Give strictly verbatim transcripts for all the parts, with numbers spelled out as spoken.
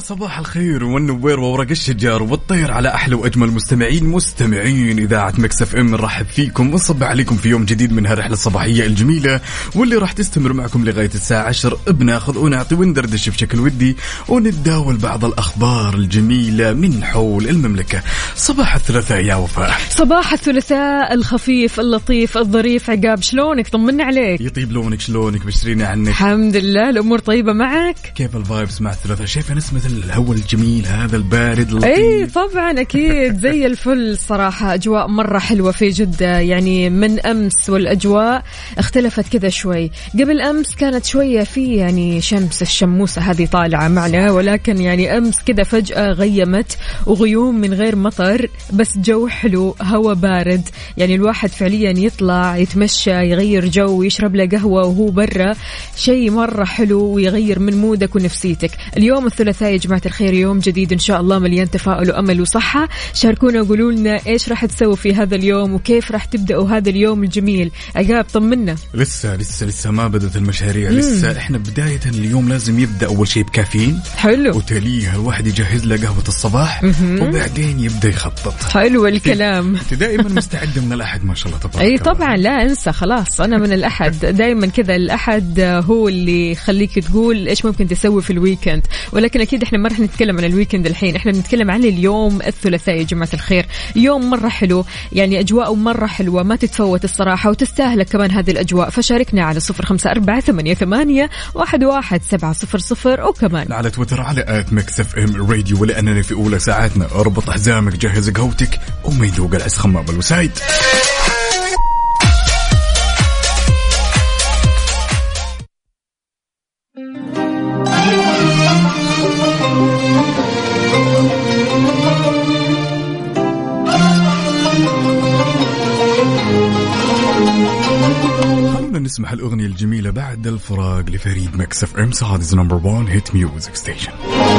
صباح الخير والنوير وورق الشجار والطير على أحلى وأجمل مستمعين مستمعين إذاعة ميكس اف ام. نرحب فيكم ونصب عليكم في يوم جديد من هالرحلة الصباحية الجميلة واللي راح تستمر معكم لغاية الساعة عشر. بناخذ ونعطي وندردش بشكل ودي ونتداول بعض الأخبار الجميلة من حول المملكة. صباح الثلاثاء يا وفاء. صباح الثلاثاء الخفيف اللطيف الظريف. عقاب شلونك؟ طمنا عليك. يطيب لونك، شلونك؟ بشرينا عنك. الحمد لله الأمور طيبة معك. كيف الفايبس مع الثلاثاء؟ شايفة نسمة الهواء الجميل هذا البارد اللطيف؟ اي طبعا اكيد زي الفل صراحة. اجواء مرة حلوة في جدة يعني من امس والاجواء اختلفت كذا شوي. قبل امس كانت شوية في يعني شمس الشموسة هذه طالعة معنا، ولكن يعني امس كذا فجأة غيمت وغيوم من غير مطر، بس جو حلو هوا بارد. يعني الواحد فعليا يطلع يتمشى يغير جو يشرب له قهوة وهو برا، شيء مرة حلو ويغير من مودك ونفسيتك. اليوم الثلاثاء يا جماعة الخير يوم جديد إن شاء الله مليان تفاؤل وأمل وصحة. شاركونا وقولوا لنا إيش راح تسوي في هذا اليوم وكيف راح تبدأوا هذا اليوم الجميل. عقاب طمنا. لسه لسه لسه ما بدأت المشاريع. مم. لسه إحنا بداية اليوم لازم يبدأ أول شيء بكافيين حلو، وتليها الواحد يجهز له قهوة الصباح. مم. وبعدين يبدأ يخطط. حلو الكلام. أنت دائما مستعد من الأحد ما شاء الله تبارك. أي طبعا لا أنسى خلاص أنا من الأحد دائما كذا. الأحد هو اللي يخليك تقول إيش ممكن تسوي في الويكند، ولكن أكيد إحنا ما رح نتكلم عن الويكند الحين. إحنا بنتكلم عن اليوم الثلاثاء يا جماعة الخير. يوم مرة حلو يعني أجواء مرة حلوة ما تتفوت الصراحة، وتستاهلك كمان هذه الأجواء. فشاركنا على صفر خمسة أربعة ثمانية ثمانية واحد واحد سبعة صفر صفر، وكمان على تويتر على آت ميكس اف ام راديو. ولأننا في أولى ساعاتنا اربط حزامك جهز قهوتك وما يذوق العز خمام الوسايد. نسمح الأغنية الجميلة بعد الفراق لفريد ميكس اف ام سعادة نمبر وان هيت ميوزك ستيشن.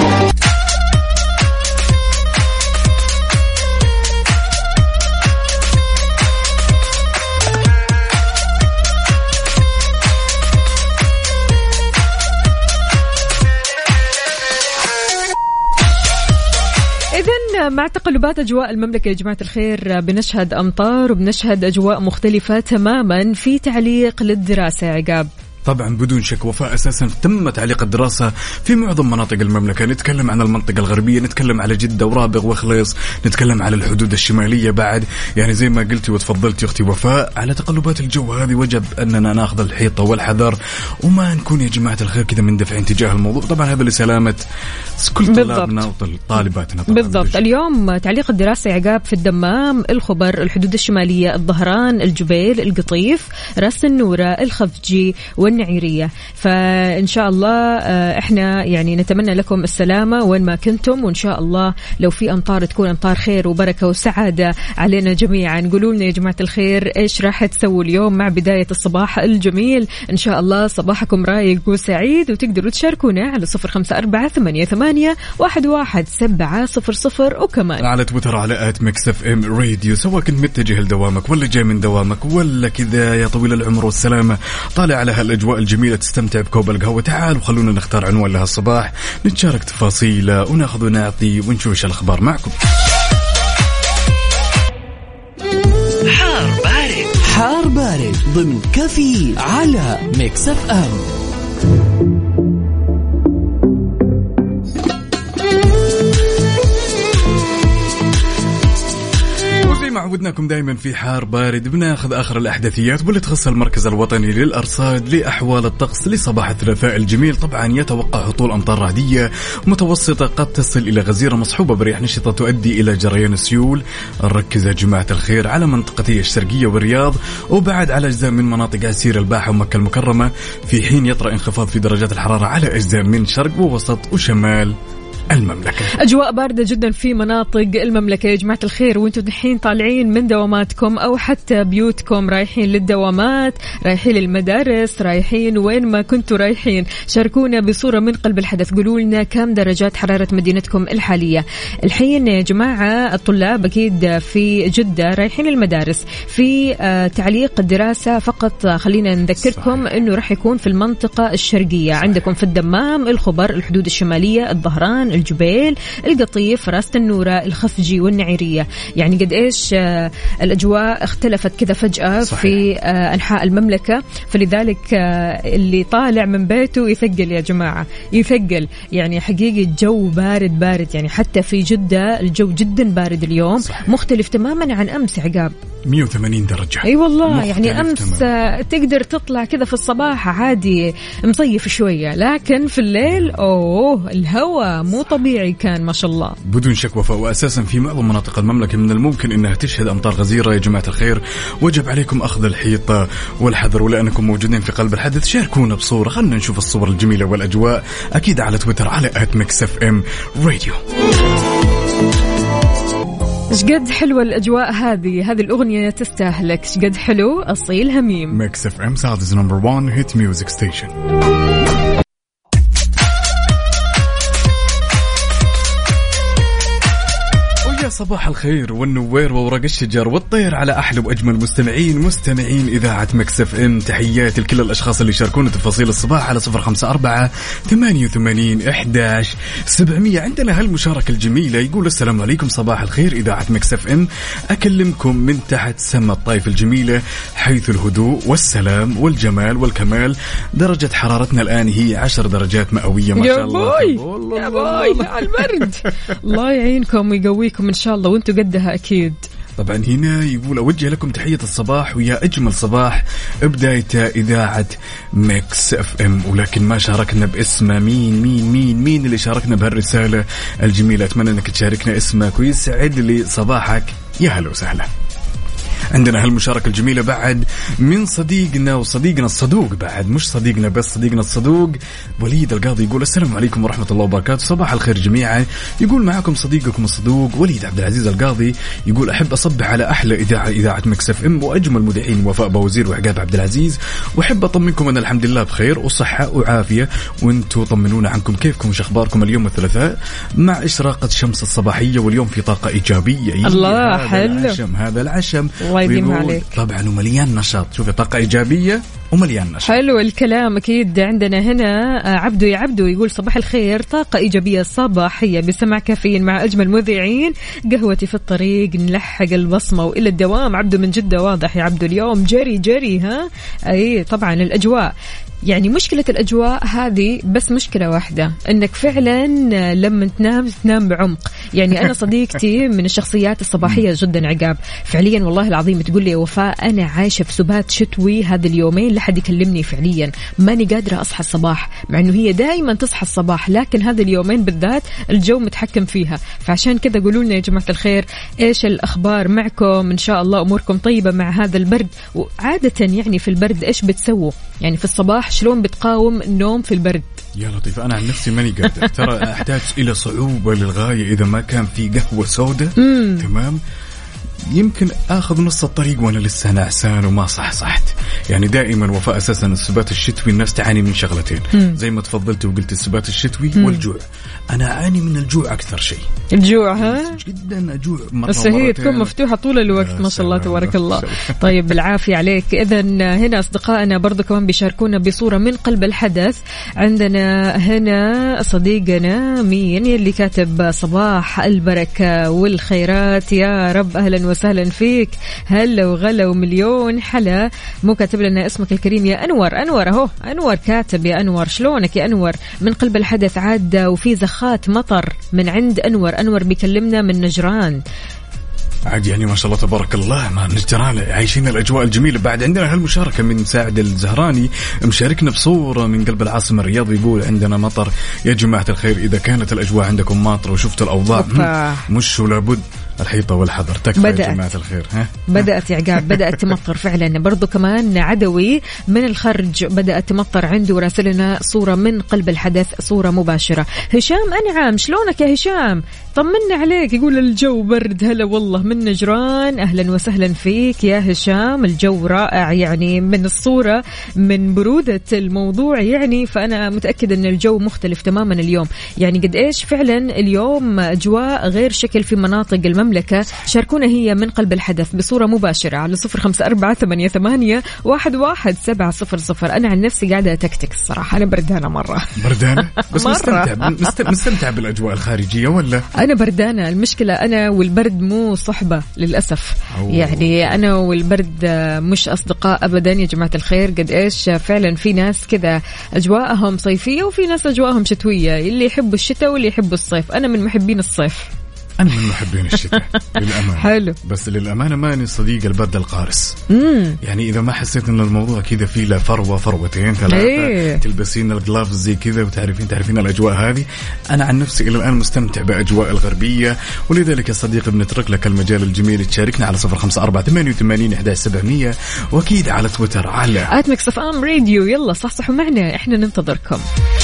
مع تقلبات أجواء المملكة يا جماعة الخير بنشهد أمطار وبنشهد أجواء مختلفة تماما في تعليق للدراسة. عقاب طبعا بدون شك وفاء أساسا تم تعليق الدراسة في معظم مناطق المملكة. نتكلم عن المنطقة الغربية، نتكلم على جدة ورابغ وخليص، نتكلم على الحدود الشمالية بعد. يعني زي ما قلتي وتفضلتي أختي وفاء على تقلبات الجو هذه وجب أننا ناخذ الحيطة والحذر وما نكون يا جماعة الخير كذا مندفعين تجاه الموضوع. طبعا هذا لسلامة كل طلابنا وطالباتنا. بالضبط. اليوم تعليق الدراسة عقاب في الدمام، الخبر، الحدود الشمالية، الظهران، الجبيل، القطيف، راس النورة، الخفجي والنعيرية. فإن شاء الله إحنا يعني نتمنى لكم السلامة وين ما كنتم، وإن شاء الله لو في أمطار تكون أمطار خير وبركة وسعادة علينا جميعا. قولوا لنا يا جماعة الخير إيش راح تسووا اليوم مع بداية الصباح الجميل. إن شاء الله صباحكم رايق وسعيد، وتقدروا تشاركونا على صفر خمسة أربعة ثمانية ثمانية واحد واحد سبعة صفر صفر، وكمان على تويتر على آت ميكس اف ام راديو. سواء كنت متجه لدوامك ولا جاي من دوامك ولا كذا يا طويل العمر والسلامة طالع على هالأجواء الجميلة تستمتع بكوب القهوة، تعال وخلونا نختار عنوان لها الصباح نتشارك تفاصيله وناخذ ونعطي ونشوف ايش الأخبار معكم. حار بارد حار بارد ضمن كفي على ميكس اف ام. عودناكم دائما في حار بارد بناخذ آخر الأحداثيات واللي تخص المركز الوطني للأرصاد لأحوال الطقس لصباح الثلاثاء الجميل. طبعا يتوقع هطول أمطار رعدية متوسطة قد تصل إلى غزيرة مصحوبة برياح نشطة تؤدي إلى جريان سيول. نركز يا جماعة الخير على منطقتي الشرقية والرياض وبعد على أجزاء من مناطق عسير الباحة ومكة المكرمة، في حين يطرأ انخفاض في درجات الحرارة على أجزاء من شرق ووسط وشمال المملكة. أجواء باردة جدا في مناطق المملكة يا جماعة الخير، وانتم الحين طالعين من دواماتكم أو حتى بيوتكم رايحين للدوامات، رايحين للمدارس، رايحين وين ما كنتوا رايحين. شاركونا بصورة من قلب الحدث، قولوا لنا كم درجات حرارة مدينتكم الحالية الحين يا جماعة. الطلاب أكيد في جدة رايحين للمدارس. في تعليق الدراسة فقط خلينا نذكركم أنه راح يكون في المنطقة الشرقية. عندكم في الدمام، الخبر، الحدود الشمالية، الظهران، الجبيل، القطيف، راس النورة، الخفجي والنعيرية. يعني قد إيش الأجواء اختلفت كذا فجأة صحيح. في أنحاء المملكة، فلذلك اللي طالع من بيته يثقل يا جماعة، يثقل. يعني حقيقي الجو بارد بارد، يعني حتى في جدة الجو جدا بارد اليوم صحيح. مختلف تماما عن أمس عقاب، مية وثمانين درجة. أي والله يعني أمس تمام. تقدر تطلع كذا في الصباح عادي مصيف شوية، لكن في الليل أوه الهواء مو طبيعي كان ما شاء الله بدون شك وفاء. وأساسا في معظم مناطق المملكة من الممكن أنها تشهد أمطار غزيرة. يا جماعة الخير وجب عليكم أخذ الحيطة والحذر، ولأنكم موجودين في قلب الحدث شاركونا بصورة، خلنا نشوف الصور الجميلة والأجواء أكيد على تويتر على آت ميكس إف إم راديو. شقد حلوة الأجواء هذه، هذه الأغنية تستاهلك. شقد حلو أصيل هميم. ميكس إف إم Saudi's number one hit music station. صباح الخير والنوير وورق الشجر والطير على أحلى وأجمل مستمعين مستمعين إذاعة ميكس إف إم. تحياتي لكل الأشخاص اللي يشاركون تفاصيل الصباح على صفر خمسة أربعة ثمانية وثمانين إحداش سبعمية. عندنا هالمشاركة الجميلة يقول السلام عليكم صباح الخير إذاعة ميكس إف إم، أكلمكم من تحت سما الطائف الجميلة حيث الهدوء والسلام والجمال والكمال. درجة حرارتنا الآن هي عشر درجات مئوية ما شاء الله. يا بوي يا بوي على البرد. الله يعينكم ويقويكم إن شاء الله وانتوا قدها أكيد. طبعا هنا يقول أوجه لكم تحية الصباح ويا أجمل صباح بداية إذاعة ميكس إف إم، ولكن ما شاركنا باسمه. مين مين مين مين اللي شاركنا بهالرسالة الجميلة؟ أتمنى أنك تشاركنا اسمك ويسعد لي صباحك. يا هلا وسهلا. عندنا هالمشاركة الجميلة بعد من صديقنا وصديقنا الصدوق، بعد مش صديقنا بس صديقنا الصدوق وليد القاضي. يقول السلام عليكم ورحمة الله وبركاته، صباح الخير جميعا. يقول معكم صديقكم الصدوق وليد عبد العزيز القاضي. يقول أحب أصبح على أحلى إذاعة إذاعة ميكس إف إم وأجمل مذيعين وفاء بوزير وعقاب عبد العزيز، وأحب أطمنكم أن الحمد لله بخير وصحة وعافية، وأنتوا طمنونا عنكم كيفكم وش أخباركم اليوم الثلاثاء مع إشراقة الشمس الصباحية واليوم في طاقة إيجابية. الله هذا حلو العشم هذا العشم الله يديم عليك. طبعا ومليان نشاط، شوفي طاقة إيجابية ومليان نشاط. حلو الكلام أكيد. عندنا هنا عبدو يا عبدو يقول صباح الخير، طاقة إيجابية صباحية بسمع كافيين مع أجمل مذيعين، قهوتي في الطريق نلحق البصمة وإلى الدوام. عبدو من جدة واضح يا عبدو اليوم جري جري. ها أي طبعا الأجواء، يعني مشكلة الأجواء هذه بس مشكلة واحدة، أنك فعلا لما تنام تنام بعمق. يعني أنا صديقتي من الشخصيات الصباحية جدا عقاب، فعليا والله العظيم تقول لي وفاء أنا عايشة في سبات شتوي هذا اليومين لحد يكلمني فعليا ماني قادرة أصحى الصباح، مع أنه هي دائما تصحى الصباح، لكن هذا اليومين بالذات الجو متحكم فيها. فعشان كذا قولوا لنا يا جماعة الخير إيش الأخبار معكم؟ إن شاء الله أموركم طيبة مع هذا البرد. وعادة يعني في البرد إيش بتسووا؟ يعني في الصباح شلون بتقاوم النوم في البرد؟ يا لطيف أنا عن نفسي ماني قادر، ترى أحتاج إلى صعوبة للغاية إذا ما كان في قهوة سوداء تمام يمكن أخذ نص الطريق وأنا لسه نعسان وما صح صحت. يعني دائما وفاء أساسا السبات الشتوي الناس تعاني من شغلتين مم. زي ما تفضلت وقلت السبات الشتوي مم. والجوع. أنا أعاني من الجوع أكثر شيء، الجوع ها جدا أجوع مرة السهية تكون مفتوحة طول الوقت ما شاء الله تبارك الله. طيب بالعافية عليك. إذن هنا أصدقائنا برضو كمان بيشاركونا بصورة من قلب الحدث. عندنا هنا صديقنا مين اللي كاتب صباح البركة والخيرات يا رب، أهلا وسهلا فيك، هلا وغلا ومليون حلا. مو كاتب لنا اسمك الكريم يا أنور؟ أنور أهو، أنور كاتب يا أنور، شلونك يا أنور؟ من قلب الحدث عاد وفي زخات مطر من عند أنور. أنور بيكلمنا من نجران عاد، يعني ما شاء الله تبارك الله ما نجران عايشين الأجواء الجميلة. بعد عندنا هالمشاركة من ساعد الزهراني مشاركنا بصورة من قلب العاصمة الرياض، يقول عندنا مطر يا جماعة الخير، إذا كانت الأجواء عندكم ماطرة وشفتوا الأوضاع مش لابد الحيطة والحذر تكفى يا جماعة الخير. ها؟ بدأت يا عقاب بدأت تمطر فعلا. برضو كمان عدوي من الخرج بدأت تمطر عنده وراسلنا صورة من قلب الحدث، صورة مباشرة. هشام أنعام شلونك يا هشام؟ طمنا عليك. يقول الجو برد، هلا والله من نجران، أهلا وسهلا فيك يا هشام. الجو رائع يعني من الصورة من برودة الموضوع يعني، فأنا متأكد أن الجو مختلف تماما اليوم. يعني قد إيش فعلا اليوم أجواء غير شكل في مناطق المملكة المملكة. شاركونا هي من قلب الحدث بصورة مباشرة على صفر خمسة أربعة ثمانية ثمانية واحد واحد سبعة صفر صفر. أنا عن نفسي قاعدة تكتك الصراحة، أنا بردانة مرة بردانة بس مستمتع مستمتع بالأجواء الخارجية ولا؟ أنا بردانة. المشكلة أنا والبرد مو صحبة للأسف. أوه. يعني أنا والبرد مش أصدقاء أبدا يا جماعة الخير. قد إيش فعلا في ناس كذا أجواءهم صيفية وفي ناس أجواءهم شتوية، اللي يحبوا الشتاء واللي يحبوا الصيف. أنا من محبين الصيف. أنا من محبين الشتاء للأمانة. حلو. بس للأمانة ماني صديق البرد القارس. مم. يعني إذا ما حسيت إن الموضوع كذا فيه لا فروة فروتين ثلاثة ايه. تلبسين الجلافز زي كذا وتعرفين تعرفين الأجواء هذه. أنا عن نفسي إلى الآن مستمتع بأجواء الغربية، ولذلك يا صديقي بنترك لك المجال الجميل تشاركنا على صفر خمسة أربعة ثمانية وثمانين أحد عشر سبعمية، وأكيد على تويتر على آت ميكس إف إم راديو. يلا صحصحوا معنا، إحنا ننتظركم.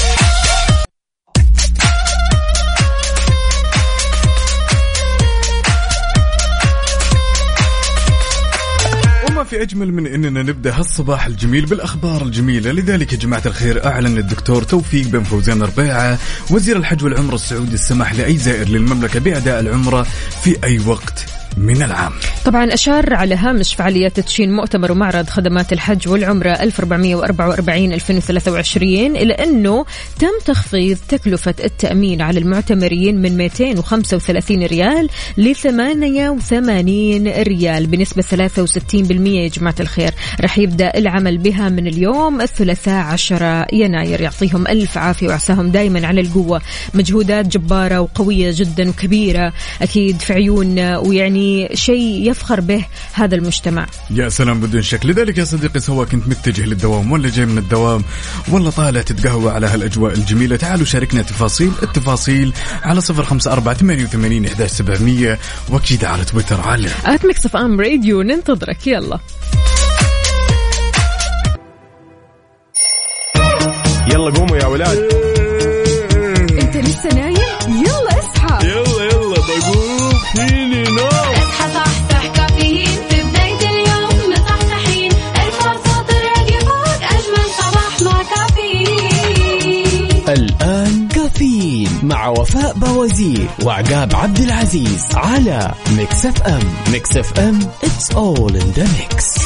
في أجمل من أننا نبدأ هالصباح الجميل بالأخبار الجميلة. لذلك يا جماعة الخير أعلن الدكتور توفيق بن فوزان ربيعة وزير الحج والعمرة السعودي السماح لأي زائر للمملكة بأداء العمرة في أي وقت من العام. طبعا أشار على هامش فعاليات تدشين مؤتمر ومعرض خدمات الحج والعمرة ألف وأربعمية وأربعة وأربعين ألفين وثلاثة وعشرين إلى أنه تم تخفيض تكلفة التأمين على المعتمرين من مئتين وخمسة وثلاثين ريال ل ثمانية وثمانين ريال بنسبة ثلاثة وستين بالمئة. يا جماعة الخير رح يبدأ العمل بها من اليوم الثلاثاء عشر يناير. يعطيهم ألف عافية وعساهم دايما على القوة. مجهودات جبارة وقوية جدا وكبيرة أكيد في عيوننا، ويعني شيء يفخر به هذا المجتمع. يا سلام بدون شك. لذلك يا صديقي سواء كنت متجه للدوام ولا جاي من الدوام ولا طالع تتقهوى على هالأجواء الجميلة، تعالوا شاركنا تفاصيل التفاصيل على صفر خمسة أربعة ثمانية وثمانين أحد عشر سبعمية، وأكيد على تويتر على آت ميكس إف إم راديو. ننتظرك. يلا يلا قوموا يا ولاد. انت لسه نايم؟ يلا اصحى. يلا يلا بقوم فيني نوم. اصحى صحصح كافيين في بداية اليوم مصحصحين. الفرصة تراقي فوق أجمل صباح مع كافيين. الآن كافيين مع وفاء بوازير وعقاب عبد العزيز على ميكس إف إم. ميكس إف إم It's all in the mix.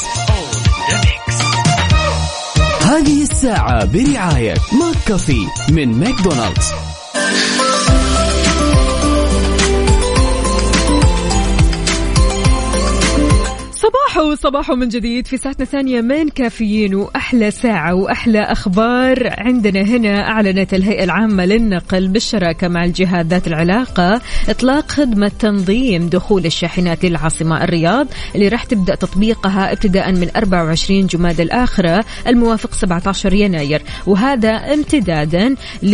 هذه الساعة برعاية ماك كافي من ماكدونالدز. صباحو صباحو من جديد في ساعتنا الثانية من كافيين، وأحلى ساعة وأحلى أخبار عندنا هنا. أعلنت الهيئة العامة للنقل بالشراكة مع الجهات ذات العلاقة إطلاق خدمة تنظيم دخول الشاحنات للعاصمة الرياض، اللي راح تبدأ تطبيقها ابتداء من أربعة وعشرين جماد الآخرة الموافق سبعة عشر يناير، وهذا امتدادا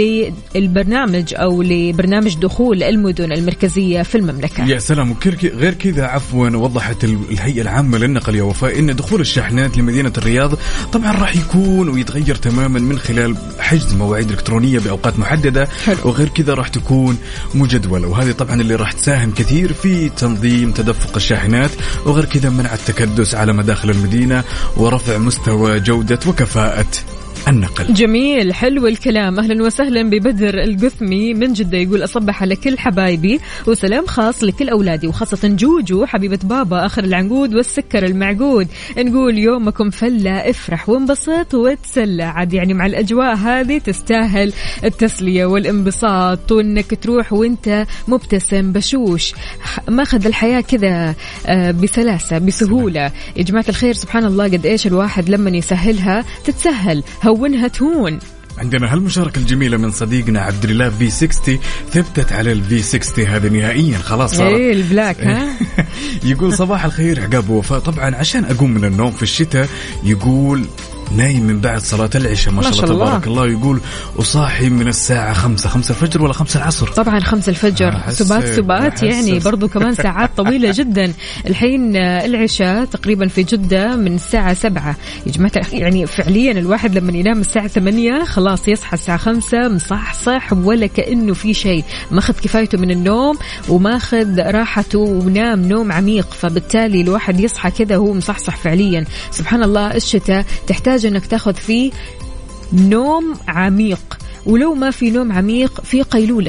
للبرنامج أو لبرنامج دخول المدن المركزية في المملكة. يا سلام. غير كذا عفوا وضحت الهيئة العامة للنقل يا وفاء إن دخول الشاحنات لمدينة الرياض طبعا راح يكون ويتغير تماما من خلال حجز مواعيد إلكترونية بأوقات محددة. حلو. وغير كذا راح تكون مجدولة، وهذه طبعا اللي راح تساهم كثير في تنظيم تدفق الشاحنات، وغير كذا منع التكدس على مداخل المدينة ورفع مستوى جودة وكفاءة النقل. جميل، حلو الكلام. أهلا وسهلا ببدر القثمي من جدة، يقول أصبح على كل حبايبي وسلام خاص لكل أولادي وخاصة جوجو حبيبة بابا آخر العنقود والسكر المعقود. نقول يومكم فلة، افرح وانبسط وتسلى عاد، يعني مع الأجواء هذه تستاهل التسلية والانبساط، وإنك تروح وإنت مبتسم بشوش، ماخذ الحياة كذا بسلاسة بسهولة. يا جماعة الخير سبحان الله قد إيش الواحد لما يسهلها تتسهل، هونها تهون. عندنا هالمشاركة الجميلة من صديقنا عبد الله في ستين، ثبتت على الفي ستين هذا نهائيا خلاص صار ايه البلاك ها. يقول صباح الخير عقاب ووفاء، طبعا عشان أقوم من النوم في الشتاء يقول نايم من بعد صلاة العشاء ما شاء الله تبارك الله، يقول وصاحي من الساعة خمسة خمسة الفجر ولا خمسة العصر. طبعا خمسة الفجر سبات سبات يعني برضو كمان ساعات طويلة جدا. الحين العشاء تقريبا في جدة من الساعة سبعة يا جماعة، يعني فعليا الواحد لما ينام الساعة ثمانية خلاص يصحى الساعة خمسة مصحصح ولا كأنه في شيء، ماخذ كفايته من النوم وماخذ راحته ونام نوم عميق، فبالتالي الواحد يصحى كذا هو مصحصح فعليا. سبحان الله الشتاء تحتاج انك تاخذ فيه نوم عميق، ولو ما في نوم عميق في قيلولة.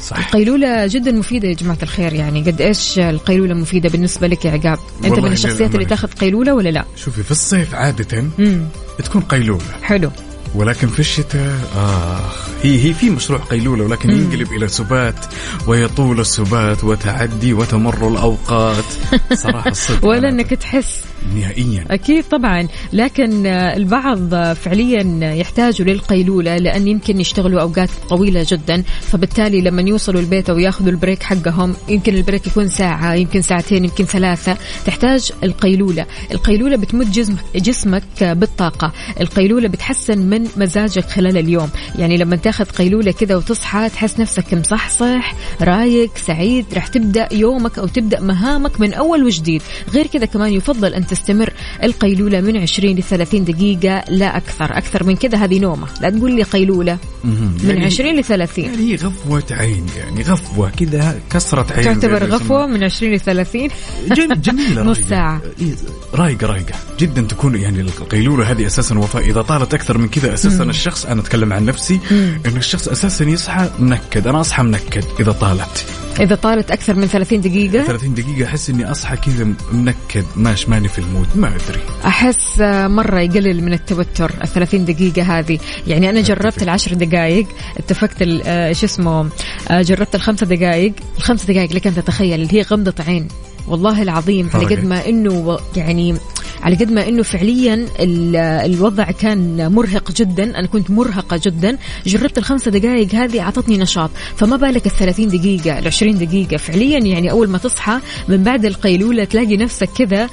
صح. القيلولة جدا مفيدة يا جماعة الخير. يعني قد إيش القيلولة مفيدة بالنسبة لك يا عقاب؟ أنت من الشخصيات اللي تاخذ قيلولة ولا لا؟ شوفي في الصيف عادة مم. تكون قيلولة حلو، ولكن في الشتاء آه هي هي في مشروع قيلولة، ولكن مم. ينقلب إلى سبات، ويطول السبات وتعدي وتمر الأوقات صراحة الصدق ولا أنك تحس نهائيا. أكيد طبعا، لكن البعض فعليا يحتاجوا للقيلولة لأن يمكن يشتغلوا أوقات طويلة جدا، فبالتالي لما يوصلوا البيت أو ياخذوا البريك حقهم يمكن البريك يكون ساعة، يمكن ساعتين، يمكن ثلاثة، تحتاج القيلولة. القيلولة بتمد جسمك, جسمك بالطاقة. القيلولة بتحسن من مزاجك خلال اليوم. يعني لما تاخذ قيلولة كده وتصحى تحس نفسك مصحصح رايق سعيد، رح تبدأ يومك أو تبدأ مهامك من أول وجديد. غير كده كمان يفضل أن تستمر القيلولة من عشرين لثلاثين دقيقة لا أكثر. أكثر من كده هذه نومة. لا تقول لي قيلولة من يعني عشرين لثلاثين، يعني غفوة عين، يعني غفوة كده كسرة عين. تعتبر غفوة من عشرين لثلاثين جميلة نص ساعة رايقة رايقة جدا تكون. يعني القيلولة هذه أساسا وفاء إذا طالت أكثر من كذا أساسا مم. الشخص، أنا أتكلم عن نفسي، إن الشخص أساسا يصحى منكد. أنا أصحى منكد إذا طالت إذا طالت أكثر من ثلاثين دقيقة. ثلاثين دقيقة أحس إني أصحى كذا منكد، ماش ماني في المود، ما أدري. أحس مرة يقلل من التوتر الثلاثين دقيقة هذه. يعني أنا جربت العشر دقائق، اتفقت شو اسمه، جربت الخمس دقائق. الخمس دقائق لك أن تتخيل اللي هي غمضة عين، والله العظيم على قد ما إنه يعني على قد ما إنه فعليا الوضع كان مرهق جدا، أنا كنت مرهقة جدا، جربت الخمسة دقائق هذه عطتني نشاط، فما بالك الثلاثين دقيقة العشرين دقيقة فعليا. يعني أول ما تصحى من بعد القيلولة تلاقي نفسك كذا،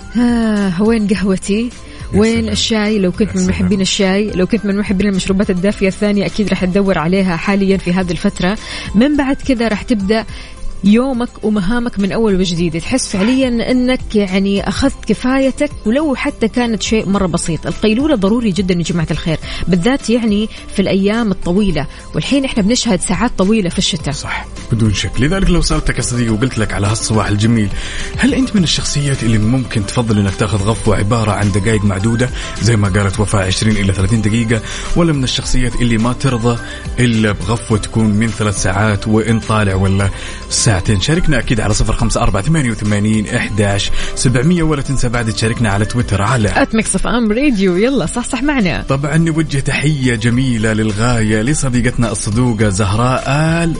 ها وين قهوتي، وين الشاي، لو كنت من محبين الشاي، لو كنت من محبين المشروبات الدافية الثانية أكيد رح تدور عليها حاليا في هذه الفترة. من بعد كذا رح تبدأ يومك ومهامك من أول وجديد، تحس فعليا أنك يعني أخذت كفايتك ولو حتى كانت شيء مرة بسيط. القيلولة ضروري جدا يا جماعة الخير، بالذات يعني في الأيام الطويلة، والحين إحنا بنشهد ساعات طويلة في الشتاء. صح بدون شك. لذلك لو سألتك يا صديقي وقلت لك على هالصباح الجميل، هل أنت من الشخصيات اللي ممكن تفضل أنك تأخذ غفوة عبارة عن دقائق معدودة زي ما قالت وفاء عشرين إلى ثلاثين دقيقة، ولا من الشخصيات اللي ما ترضى إلا بغفوة تكون من ثلاث ساعات وإن طالع ولا ساعتين؟ شاركنا أكيد على صفر خمسة أربعة ثمانية وثمانين إحداش سبعمية، ولا تنسى بعد تشاركنا على تويتر على آت ميكس إف إم راديو. يلا صح صح معنا. طبعا نوجه تحية جميلة للغاية لصديقتنا الصدوقة زهراء آل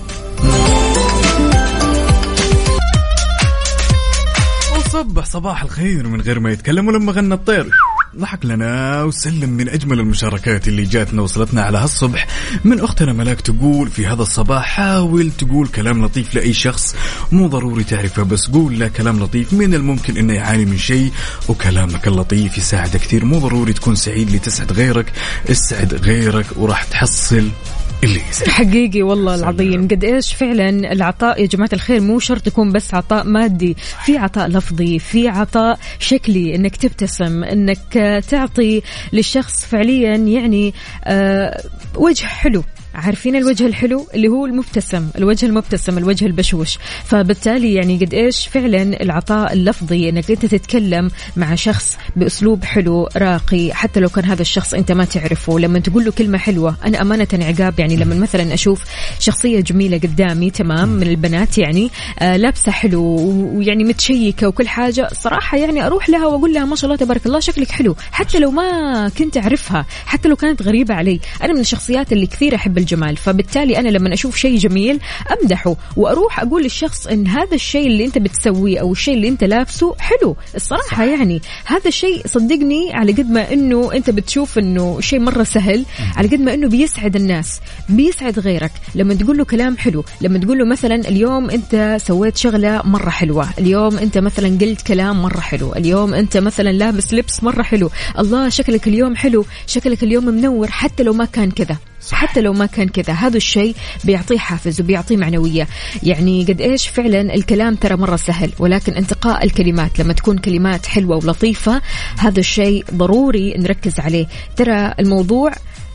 وصبح صباح الخير من غير ما يتكلم، ولما غنى الطير ضحك لنا وسلم. من أجمل المشاركات اللي جاتنا وصلتنا على هالصبح من أختنا ملاك، تقول في هذا الصباح حاول تقول كلام لطيف لأي شخص، مو ضروري تعرفه بس قول له كلام لطيف. من الممكن إنه يعاني من شيء وكلامك اللطيف يساعده كثير. مو ضروري تكون سعيد لتسعد غيرك، اسعد غيرك وراح تحصل اللي حقيقي. والله العظيم قد إيش فعلا العطاء يا جماعة الخير مو شرط يكون بس عطاء مادي، في عطاء لفظي، في عطاء شكلي، إنك تبتسم، إنك تعطي للشخص فعليا يعني آه وجه حلو. عارفين الوجه الحلو اللي هو المبتسم، الوجه المبتسم، الوجه البشوش. فبالتالي يعني قد إيش فعلا العطاء اللفظي، إنك أنت تتكلم مع شخص بأسلوب حلو راقي، حتى لو كان هذا الشخص أنت ما تعرفه، لما تقول له كلمة حلوة. أنا أمانة عقاب يعني لما مثلا أشوف شخصية جميلة قدامي تمام من البنات يعني آه لابسة حلو ويعني متشيكة وكل حاجة، صراحة يعني أروح لها وأقول لها ما شاء الله تبارك الله شكلك حلو، حتى لو ما كنت أعرفها، حتى لو كانت غريبة علي. أنا من الشخصيات اللي كثير أحب الجمال، فبالتالي أنا لما أشوف شيء جميل أمدحه وأروح أقول للشخص إن هذا الشيء اللي أنت بتسويه أو الشيء اللي أنت لابسه حلو. الصراحة يعني هذا الشيء صدقني على قد ما إنه أنت بتشوف إنه شيء مرة سهل، على قد ما إنه بيسعد الناس، بيسعد غيرك لما تقول له كلام حلو. لما تقول له مثلا اليوم أنت سويت شغلة مرة حلوة، اليوم أنت مثلا قلت كلام مرة حلو، اليووم أنت مثلا لابس لبس مرة حلو، الله شكلك اليوم حلو، شكلك اليوم منور، حتى لو ما كان كذا، حتى لو ما كان كذا، هذا الشيء بيعطيه حافز وبيعطيه معنوية. يعني قد إيش فعلا الكلام ترى مرة سهل، ولكن انتقاء الكلمات لما تكون كلمات حلوة ولطيفة هذا الشيء ضروري نركز عليه. ترى الموضوع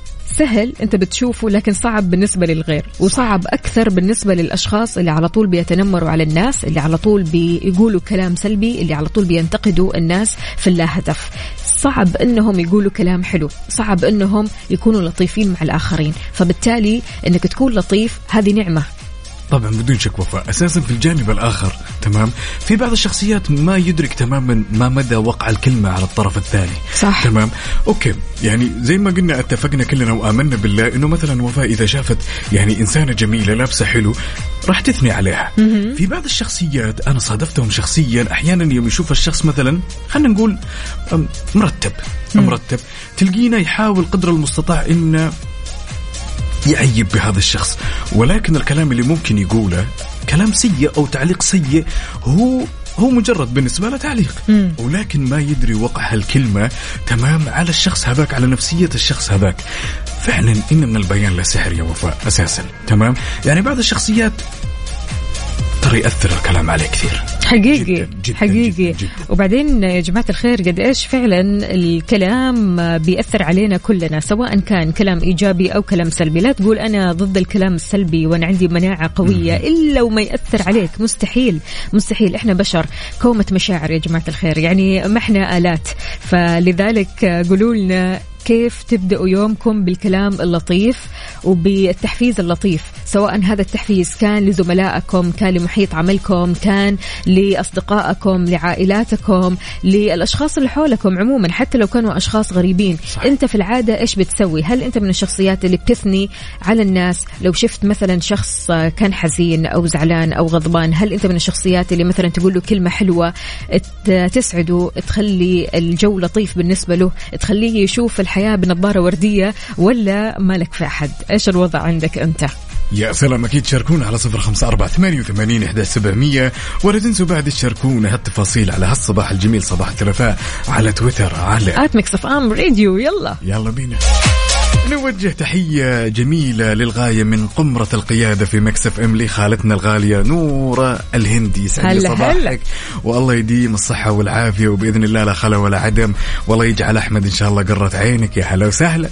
سهل أنت بتشوفه لكن صعب بالنسبة للغير، وصعب أكثر بالنسبة للأشخاص اللي على طول بيتنمروا على الناس، اللي على طول بيقولوا كلام سلبي، اللي على طول بينتقدوا الناس في اللا هدف. صعب أنهم يقولوا كلام حلو، صعب أنهم يكونوا لطيفين مع الآخرين. فبالتالي أنك تكون لطيف هذه نعمة طبعا بدون شك وفاء. أساسا في الجانب الآخر تمام في بعض الشخصيات ما يدرك تماما ما مدى وقع الكلمة على الطرف الثاني. صح. تمام أوكي يعني زي ما قلنا اتفقنا كلنا وآمنا بالله إنه مثلا وفاء إذا شافت يعني إنسانة جميلة لابسة حلو راح تثني عليها. في بعض الشخصيات أنا صادفتهم شخصيا أحيانا يوم يشوف الشخص مثلا خلينا نقول مرتب مرتب تلقينا يحاول قدر المستطاع إنه يعيب بهذا الشخص، ولكن الكلام اللي ممكن يقوله كلام سيء أو تعليق سيء هو هو مجرد بالنسبة له تعليق، ولكن ما يدري وقع هالكلمة تمام على الشخص هذاك، على نفسية الشخص هذاك. فعلا إن من البيان له سحر يا وفاء أساسا. تمام يعني بعض الشخصيات ترى يأثر الكلام عليه كثير حقيقي جداً جداً حقيقي جداً جداً. وبعدين يا جماعة الخير قد إيش فعلا الكلام بيأثر علينا كلنا، سواء كان كلام إيجابي أو كلام سلبي. لا تقول أنا ضد الكلام السلبي وأنا عندي مناعة قوية إلا وما يأثر عليك، مستحيل مستحيل. إحنا بشر كومة مشاعر يا جماعة الخير، يعني ما إحنا آلات. فلذلك قولوا لنا كيف تبدأوا يومكم بالكلام اللطيف وبالتحفيز اللطيف، سواء هذا التحفيز كان لزملائكم، كان لمحيط عملكم، كان لأصدقائكم، لعائلاتكم، للأشخاص اللي حولكم عموما، حتى لو كانوا أشخاص غريبين. صح. أنت في العادة إيش بتسوي؟ هل أنت من الشخصيات اللي بتثني على الناس لو شفت مثلا شخص كان حزين أو زعلان أو غضبان؟ هل أنت من الشخصيات اللي مثلا تقول له كلمة حلوة تسعده، تخلي الجو لطيف بالنسبة له، تخليه يشوف الحياة بنظارة وردية، ولا مالك في أحد؟ إيش الوضع عندك أنت؟ يا سلام أكيد شاركونا على صفر خمسة أربعة ثمانية وثمانين إحدى سبعمية، ولا تنسوا بعد تشاركونا هالتفاصيل على هالصباح الجميل صباح الثلاثاء على تويتر على آت ميكس أف أم راديو. يلا يلا بينا نوجه تحية جميلة للغاية من قمرة القيادة في ميكس اف ام لخالتنا الغالية نورة الهندي. سعد صباحك والله يديم الصحة والعافية، وبإذن الله لا خلا ولا عدم، والله يجعل أحمد إن شاء الله قرة عينك. يا هلا وسهلا.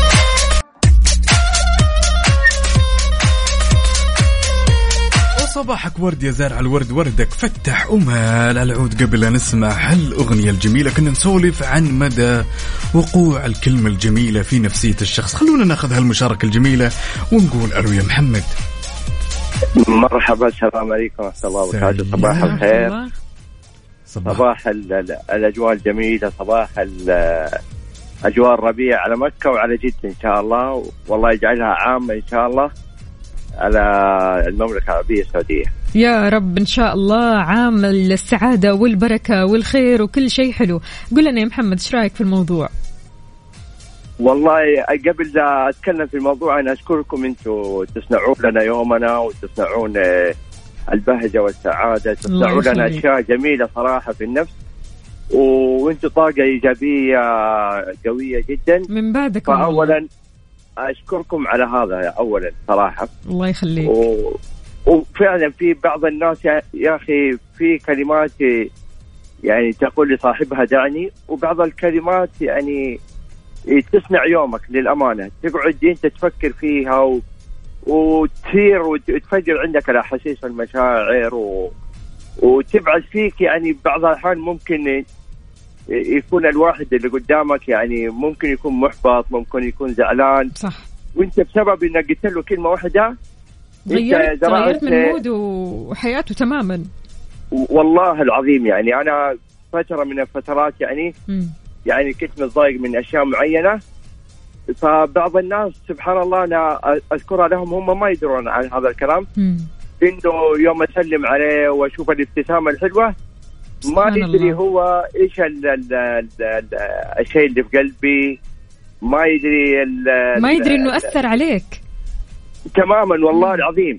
صباحك ورد يا زارع الورد، وردك فتح أمال العود. قبل أن نسمع هالأغنية الجميلة كنا نسولف عن مدى وقوع الكلمة الجميلة في نفسية الشخص. خلونا ناخذ هالمشاركة الجميلة ونقول ألو يا محمد. مرحبا، السلام عليكم ورحمة الله وبركاته. صباح الخير، صباح, صباح الأجواء الجميلة، صباح أجواء الربيع على مكة وعلى جدة إن شاء الله، والله يجعلها عامة إن شاء الله على المملكة العربية السعودية يا رب. إن شاء الله عام السعادة والبركة والخير وكل شيء حلو. قل لنا يا محمد إيش رأيك في الموضوع؟ والله قبل لا أتكلم في الموضوع أنا أشكركم، أنتوا تصنعون لنا يومنا وتصنعون البهجة والسعادة، تصنعون لنا أشياء جميلة صراحة في النفس، وأنتوا طاقة إيجابية قوية جدا من بعدكم. فأولا أشكركم على هذا أولا صراحة، الله يخليك. و... وفعلا في بعض الناس يا أخي في كلمات يعني تقول لصاحبها دعني، وبعض الكلمات يعني تصنع يومك للأمانة، تقعد أنت تفكر فيها و... وتثير وتفجر عندك الأحاسيس والمشاعر و... وتبعث فيك يعني بعض الأحيان ممكن يكون الواحد اللي قدامك يعني ممكن يكون محبط، ممكن يكون زعلان، صح، وانت بسبب انك قلت له كلمة واحدة غيرت غيرت من موده وحياته تماما. والله العظيم يعني انا فترة من الفترات يعني م. يعني كنت متضايق من اشياء معينة، فبعض الناس سبحان الله انا اذكرها لهم هم ما يدرون عن هذا الكلام، م. انه يوم اسلم عليه واشوف الابتسامة الحلوة ما يدري هو إيش ال ال ال ال الشيء اللي في قلبي، ما يدري ال ما يدري إنه أثر عليك تماما والله العظيم.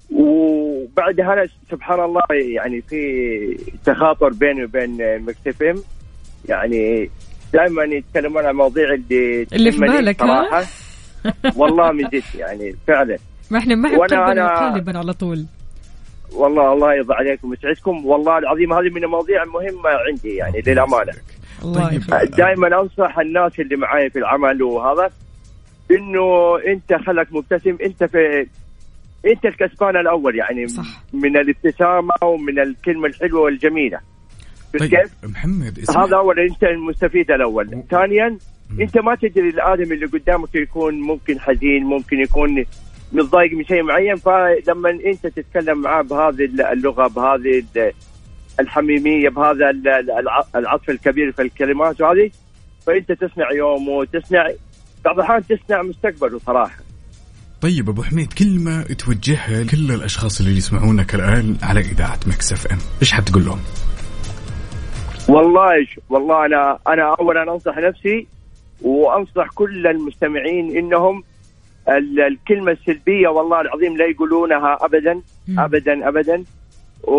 وبعدها أنا سبحان الله يعني في تخاطر بيني وبين ميكس اف ام، يعني دائما يتكلمون عن مواضيع اللي اللي في بالك صراحة والله من جد يعني فعلا ما احنا ما قلبا وقالبا على طول. والله الله يرضى عليكم ويسعدكم، والله العظيم هذه من المواضيع المهمة عندي يعني للأمانة. دائما أنصح الناس اللي معايا في العمل وهذا إنه أنت خلك مبتسم، أنت في أنت الكسبان الأول يعني، صح، من الابتسامة ومن الكلمة الحلوة والجميلة. طيب كيف؟ محمد هذا أولا أنت المستفيد الأول. ثانيا أنت ما تدري الآدم اللي قدامك يكون ممكن حزين، ممكن يكون متضايق من شيء معين، فلما انت تتكلم معاه بهذه اللغه بهذه الحميميه بهذا العطف الكبير في الكلمات وهذه، فانت تسمع يومه وتسمع بعض الأحيان تسمع مستقبله صراحه. طيب ابو حميد، كلمه توجهها لكل الاشخاص اللي يسمعونك الان على اذاعه ميكس اف ام، ايش حتقول لهم؟ والله والله انا انا اولا انصح نفسي وانصح كل المستمعين انهم الكلمه السلبيه والله العظيم لا يقولونها ابدا ابدا ابدا. و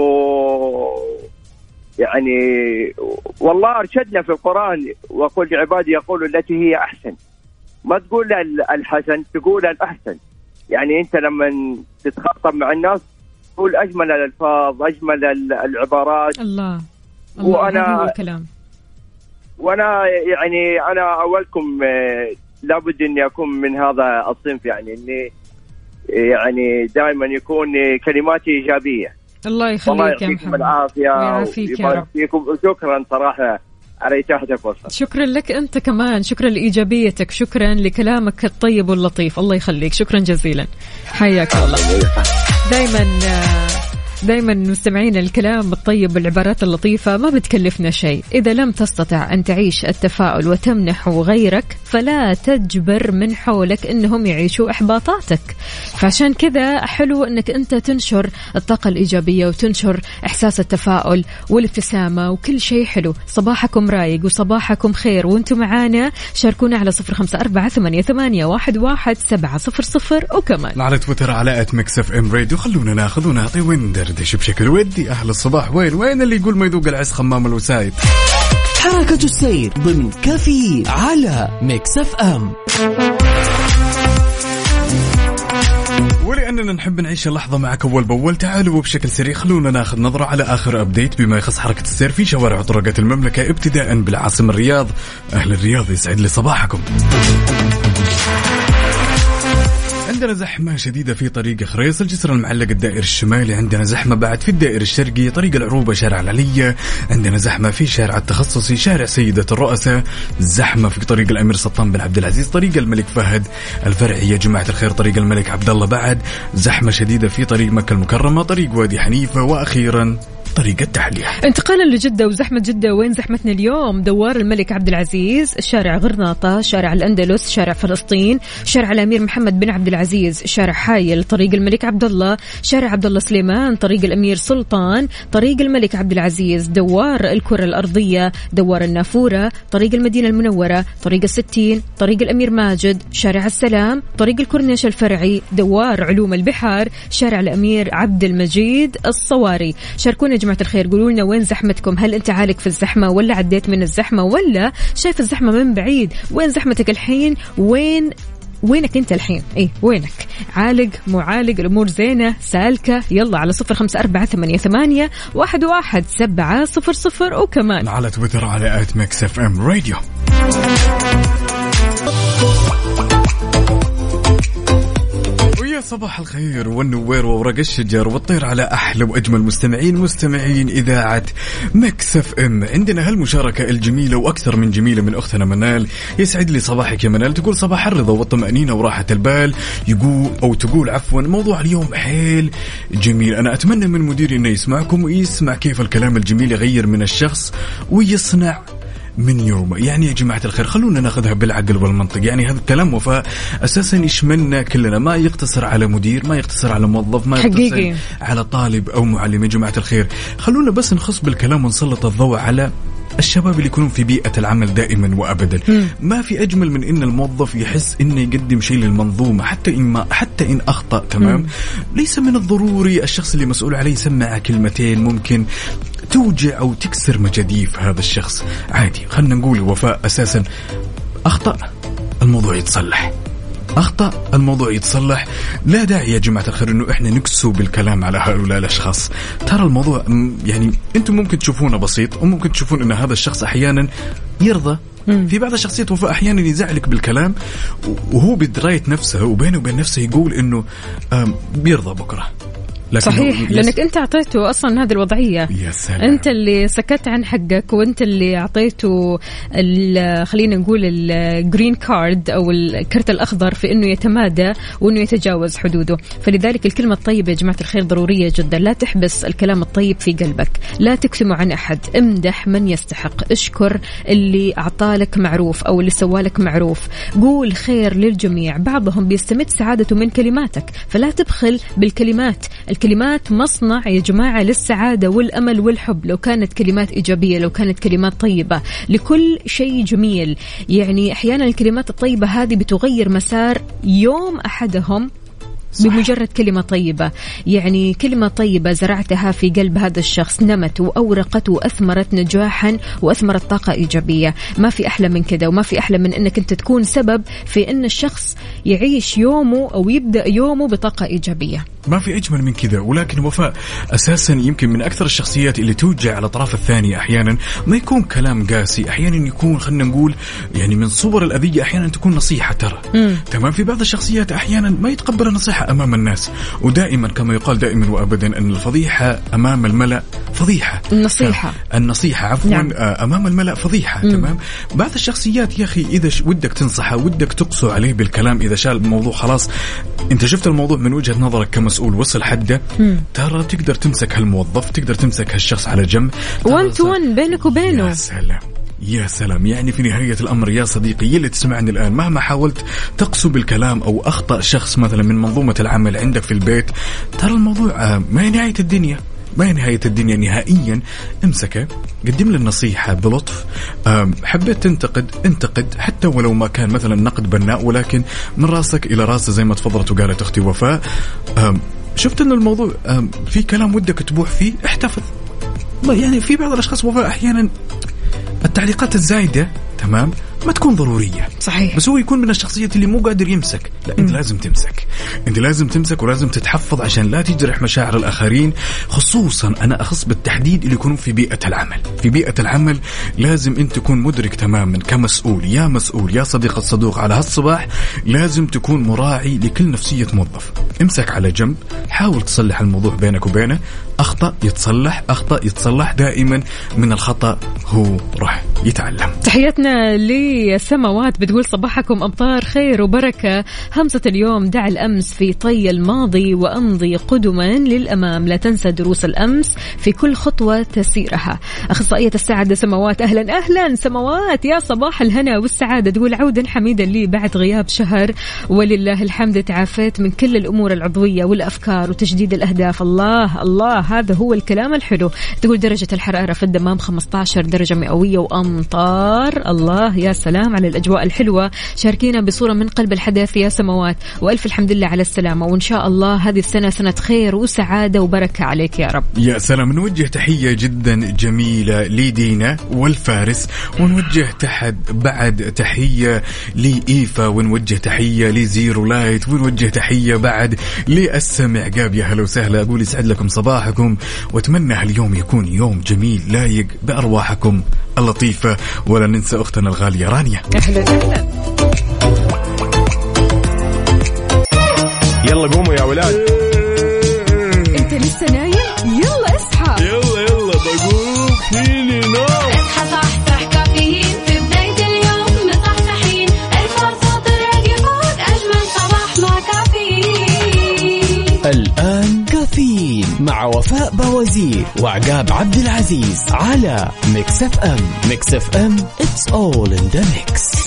يعني والله ارشدنا في القرآن وقل لعبادي يقولوا التي هي احسن، ما تقول الحسن تقول الاحسن. يعني انت لما تتخاطب مع الناس تقول اجمل الالفاظ اجمل العبارات. الله, الله وانا الكلام. وانا يعني انا اولكم لابد اني اكون من هذا الصنف، يعني اني يعني دائما يكون كلماتي ايجابيه. الله يخليك يا محمد، العافيه ويعافيك يا رب. شكرا صراحه على إتاحة الفرصة. شكرا لك أنت كمان، شكرا لإيجابيتك، شكرا لكلامك الطيب واللطيف، الله يخليك، شكرا جزيلا، حياك الله. دايما دايما مستمعين الكلام الطيب والعبارات اللطيفة ما بتكلفنا شيء. إذا لم تستطع أن تعيش التفاؤل وتمنح غيرك فلا تجبر من حولك أنهم يعيشوا إحباطاتك. فعشان كذا حلو أنك أنت تنشر الطاقة الإيجابية وتنشر إحساس التفاؤل والابتسامة وكل شيء حلو. صباحكم رايق وصباحكم خير وانتم معانا. شاركونا على صفر خمسة أربعة ثمانية ثمانية واحد واحد سبعة صفر صفر وكمان على تويتر على ات ميكس اف ام راديو. خلونا ناخذ ونعطي وندردش بشكل ودي. أهل الصباح، وين وين اللي يقول ما يذوق العز خمام الوسايد. حركة السير ضمن كافيين على ميكس اف ام. ولأننا نحب نعيش اللحظة معك أول بأول، تعالوا بشكل سريع خلونا ناخذ نظرة على آخر أبديت بما يخص حركة السير في شوارع وطرقات المملكة، ابتداء بالعاصمة الرياض. أهل الرياض يسعد لي صباحكم. عندنا زحمة شديدة في طريق خريص الجسر المعلق الدائري الشمالي، عندنا زحمة بعد في الدائري الشرقي طريق العروبة شارع العلية، عندنا زحمة في شارع التخصصي شارع سيدة الرؤساء، زحمة في طريق الأمير سلطان بن عبد العزيز طريق الملك فهد الفرعي يا جماعة الخير طريق الملك عبد الله، بعد زحمة شديدة في طريق مكة المكرمة طريق وادي حنيفة، وأخيرا طريق التحلية. انتقالا لجدة وزحمة جدة، وين زحمتنا اليوم؟ دوار الملك عبد العزيز، شارع غرناطة، شارع الأندلس، شارع فلسطين، شارع الأمير محمد بن عبد العزيز، شارع حايل، طريق الملك عبد الله، شارع عبد الله سليمان، طريق الأمير سلطان، طريق الملك عبد العزيز، دوار الكرة الأرضية، دوار النافورة، طريق المدينة المنورة، طريق الستين، طريق الأمير ماجد، شارع السلام، طريق الكورنيش الفرعي، دوار علوم البحار، شارع الأمير عبد المجيد الصواري. شاركونا جماعة الخير، قولوا لنا وين زحمتكم؟ هل أنت عالق في الزحمة ولا عديت من الزحمة ولا شايف الزحمة من بعيد؟ وين زحمتك الحين؟ وين وينك أنت الحين؟ إيه وينك؟ عالق معالق الأمور زينة سالكة؟ يلا على صفر خمسة أربعة ثمانية ثمانية واحد واحد سبعة صفر صفر وكمان على تويتر على آت ميكس اف ام راديو. صباح الخير والنوير وورق الشجر والطير على أحلى وأجمل مستمعين مستمعين إذاعة ميكس اف ام. عندنا هالمشاركة الجميلة وأكثر من جميلة من أختنا منال. يسعد لي صباحك يا منال، تقول صباح الرضا والطمأنينة وراحة البال. يقول أو تقول عفوا موضوع اليوم حيل جميل. أنا أتمنى من مديري أنه يسمعكم ويسمع كيف الكلام الجميل يغير من الشخص ويصنع من يوم. يعني يا جماعة الخير خلونا ناخذها بالعقل والمنطق. يعني هذا الكلام وفاء أساسا يشملنا كلنا، ما يقتصر على مدير، ما يقتصر على موظف، ما يقتصر حقيقي على طالب أو معلم. يا جماعة الخير خلونا بس نخص بالكلام ونسلط الضوء على الشباب اللي يكونون في بيئة العمل دائما وأبدا. م. ما في أجمل من إن الموظف يحس إنه يقدم شيء للمنظومة حتى إن ما حتى إن أخطأ. تمام. م. ليس من الضروري الشخص اللي مسؤول عليه يسمع كلمتين ممكن توجع أو تكسر مجاديف هذا الشخص. عادي، خلنا نقول وفاء أساسا أخطأ الموضوع يتصلح، أخطأ الموضوع يتصلح. لا داعي يا جماعة الخير إنه إحنا نكسو بالكلام على هؤلاء الأشخاص. ترى الموضوع يعني أنتم ممكن تشوفونه بسيط وممكن تشوفون إن هذا الشخص أحيانا يرضى. في بعض الشخصيات وفاء أحيانا يزعلك بالكلام وهو بدراية نفسه وبينه وبين نفسه يقول إنه بيرضى بكرة. صحيح، لأنك أنت أعطيته أصلا هذه الوضعية. يا سلام. أنت اللي سكت عن حقك، وأنت اللي أعطيته خلينا نقول الجرين كارد أو الكرت الأخضر في أنه يتمادى وأنه يتجاوز حدوده. فلذلك الكلمة الطيبة يا جماعة الخير ضرورية جدا. لا تحبس الكلام الطيب في قلبك، لا تكتمه عن أحد، امدح من يستحق، اشكر اللي أعطالك معروف أو اللي سوالك معروف، قول خير للجميع. بعضهم بيستمد سعادته من كلماتك، فلا تبخل بالكلمات. الكلمات مصنع يا جماعة للسعادة والأمل والحب. لو كانت كلمات إيجابية، لو كانت كلمات طيبة لكل شيء جميل، يعني أحيانا الكلمات الطيبة هذه بتغير مسار يوم أحدهم صح. بمجرد كلمة طيبة، يعني كلمة طيبة زرعتها في قلب هذا الشخص، نمت وأورقت وأثمرت نجاحا وأثمرت طاقة إيجابية. ما في أحلى من كده، وما في أحلى من أنك أنت تكون سبب في أن الشخص يعيش يومه أو يبدأ يومه بطاقة إيجابية. ما في أجمل من كذا. ولكن وفاء أساسا يمكن من أكثر الشخصيات اللي توجع على الأطراف الثانية. أحيانا ما يكون كلام قاسي، أحيانا يكون خلنا نقول يعني من صور الأذية، أحيانا تكون نصيحة ترى م. تمام. في بعض الشخصيات أحيانا ما يتقبل النصيحة أمام الناس، ودائما كما يقال دائما وأبدا أن الفضيحة أمام الملأ فضيحة، النصيحة النصيحة عفوا نعم. أمام الملأ فضيحة. م. تمام. بعض الشخصيات يا أخي إذا ودك تنصحه، ودك تقسو عليه بالكلام، إذا شال الموضوع خلاص أنت شفت الموضوع من وجهة نظرك كمسؤول وصل حده، ترى تقدر تمسك هالموظف، تقدر تمسك هالشخص على جنب وان تو وان بينك وبينه. يا سلام يا سلام. يعني في نهاية الأمر يا صديقي اللي تسمعني الآن، مهما حاولت تقسو بالكلام أو أخطأ شخص مثلا من منظومة العمل عندك في البيت، ترى الموضوع ما هي نهاية الدنيا، ما هي نهاية الدنيا نهائيا. امسكه، قدم له النصيحة بلطف. حبيت تنتقد انتقد، حتى ولو ما كان مثلا نقد بناء، ولكن من راسك إلى راسه زي ما تفضلت وقالت أختي وفاء. شفت أن الموضوع في كلام ودك تبوح فيه، احتفظ. يعني في بعض الأشخاص وفاء أحيانا التعليقات الزايدة تمام ما تكون ضرورية صحيح، بس هو يكون من الشخصيات اللي مو قادر يمسك. لا انت م. لازم تمسك، انت لازم تمسك ولازم تتحفظ عشان لا تجرح مشاعر الآخرين. خصوصا انا اخص بالتحديد اللي يكونوا في بيئة العمل. في بيئة العمل لازم انت تكون مدرك تماما كمسؤول، يا مسؤول يا صديق الصدوق على هالصباح، لازم تكون مراعي لكل نفسية موظف. امسك على جنب، حاول تصلح الموضوع بينك وبينه. أخطأ يتصلح، أخطأ يتصلح. دائما من الخطأ هو راح يتعلم. تحياتنا لسماوات بتقول صباحكم أمطار خير وبركة. همسة اليوم: دع الأمس في طي الماضي وأمضي قدما للأمام، لا تنسى دروس الأمس في كل خطوة تسيرها. أخصائية السعادة سماوات، أهلا أهلا سماوات، يا صباح الهنا والسعادة. تقول عودا حميدا لي بعد غياب شهر، ولله الحمد تعافيت من كل الأمور العضوية والأفكار وتجديد الأهداف. الله الله، هذا هو الكلام الحلو. تقول درجة الحرارة في الدمام خمسة عشر درجة مئوية وأمطار. الله يا سلام على الأجواء الحلوة. شاركينا بصورة من قلب الحدث يا سماوات، وألف الحمد لله على السلامة، وإن شاء الله هذه السنة سنة خير وسعادة وبركة عليك يا رب. يا سلام. نوجه تحية جدا جميلة لدينا والفارس، ونوجه تحت بعد تحية لإيفا، ونوجه تحية لزيرو لايت، ونوجه تحية بعد للسمع عقاب. يا هلا وسهلا، أقول يسعد لكم صباحكم، وأتمنى هاليوم يكون يوم جميل لايق بأرواحكم اللطيفة. ولا ننسى أختنا الغالية رانيا. أهلا أهلا. يلا قوموا يا ولاد. أنت لسه نايم؟ يلا اصحى. يلا يلا بقوم فيني نوم. اصحى صحصح كافيين في بداية اليوم مصحصحين. الفرصة تراك فوق أجمل صباح مع كافيين. الآن كافيين مع وفاء بوازير وعقاب عبد العزيز على ميكس اف ام. ميكس اف ام it's all in the mix.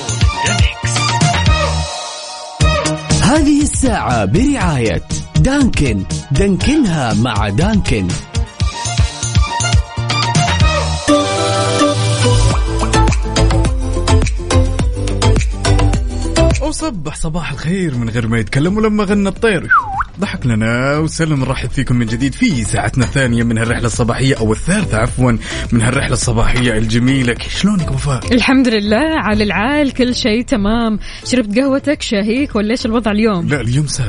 هذه الساعة برعاية دانكن. دانكنها مع دانكن. وصبح صباح الخير من غير ما يتكلم، ولما غنى الطير ضحك لنا وسلم. نرحب فيكم من جديد في ساعتنا الثانية من هالرحلة الصباحية، أو الثالثة عفوا من هالرحلة الصباحية الجميلة. شلونك وفاء؟ الحمد لله على العال، كل شيء تمام. شربت قهوتك شاهيك ولا إيش الوضع اليوم؟ لا اليوم سادة،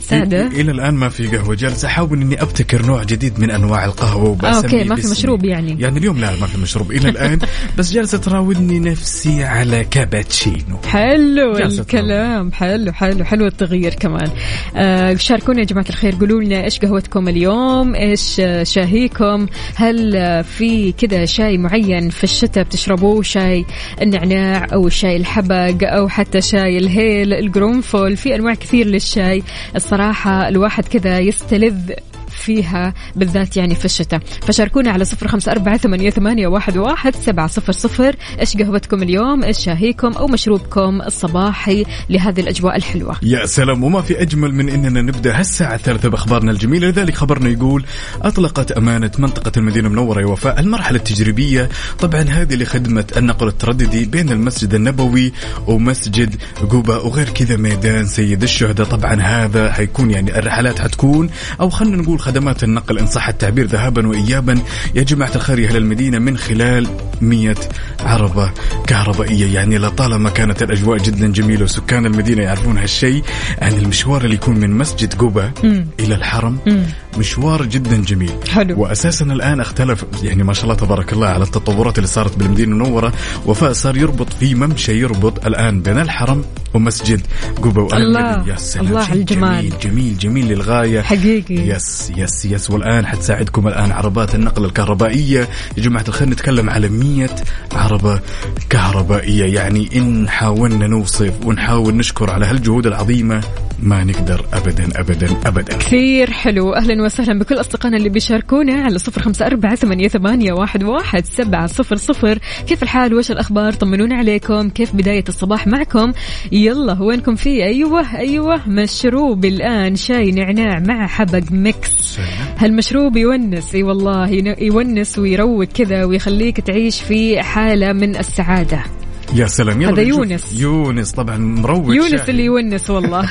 سادة. إلى الآن ما في قهوة. جالس أحاول إني أبتكر نوع جديد من أنواع القهوة وبسميه أوكي ما في باسمي. مشروب يعني يعني اليوم لا ما في مشروب إلى الآن بس جالسة تراودني نفسي على كابتشينو. حلو الكلام، حلو حلو حلو التغيير كمان. آه شاركونا يا جماعة الخير، قولوا لنا إيش قهوتكم اليوم، إيش شاهيكم، هل في كذا شاي معين في الشتاء بتشربوه، شاي النعناع أو شاي الحبق أو حتى شاي الهيل القرنفل، في أنواع كثير للشاي الصراحة الواحد كذا يستلذ فيها بالذات يعني في الشتاء. فشاركونا على صفر خمسة أربعة ثمانية ثمانية واحد واحد سبعة صفر صفر إيش قهوتكم اليوم، إيش شاهيكم أو مشروبكم الصباحي لهذه الأجواء الحلوة. يا سلام، وما في أجمل من إننا نبدأ هالساعة الثالثة بأخبارنا الجميلة. لذلك خبرنا يقول أطلقت أمانة منطقة المدينة المنورة يا وفاء المرحلة التجريبية طبعا هذه لخدمة النقل الترددي بين المسجد النبوي ومسجد قبة وغير كذا ميدان سيد الشهداء. طبعا هذا حيكون يعني الرحلات حتكون أو خلنا نقول خدمات النقل إن صح التعبير ذهابا وإيابا يا جماعة الخير يا أهل المدينة من خلال مية عربة كهربائية. يعني لطالما كانت الأجواء جدا جميلة وسكان المدينة يعرفون هالشيء، يعني المشوار اللي يكون من مسجد قبة مم. إلى الحرم مم. مشوار جدا جميل. حلو. وأساسا الآن اختلف يعني ما شاء الله تبارك الله على التطورات اللي صارت بالمدينة المنورة. وفاء صار يربط في ممشى يربط الآن بين الحرم ومسجد قبة. الله يا سلام، الله على الجمال، جميل جميل جميل للغاية حقيقي. يس يس يس. والآن حتساعدكم الآن عربات النقل الكهربائية يا جماعة الخير. نتكلم على مية عربة كهربائية. يعني إن حاولنا نوصف ونحاول نشكر على هالجهود العظيمة ما نقدر أبدا أبدا أبدا. كثير حلو. أهلا وسهلا بكل أصدقائنا اللي بيشاركونا على صفر خمسة أربعة ثمانية ثمانية واحد واحد سبعة صفر صفر. كيف الحال وش الأخبار؟ طمنونا عليكم، كيف بداية الصباح معكم؟ يلا وينكم فيه؟ أيوة أيوة مشروب الآن شاي نعناع مع حبق ميكس. هالمشروب يونس، اي والله يونس ويروق كذا ويخليك تعيش في حالة من السعادة. يا سلام. هذا يونس. يونس طبعا مروق. يونس شاهي. اللي يونس والله.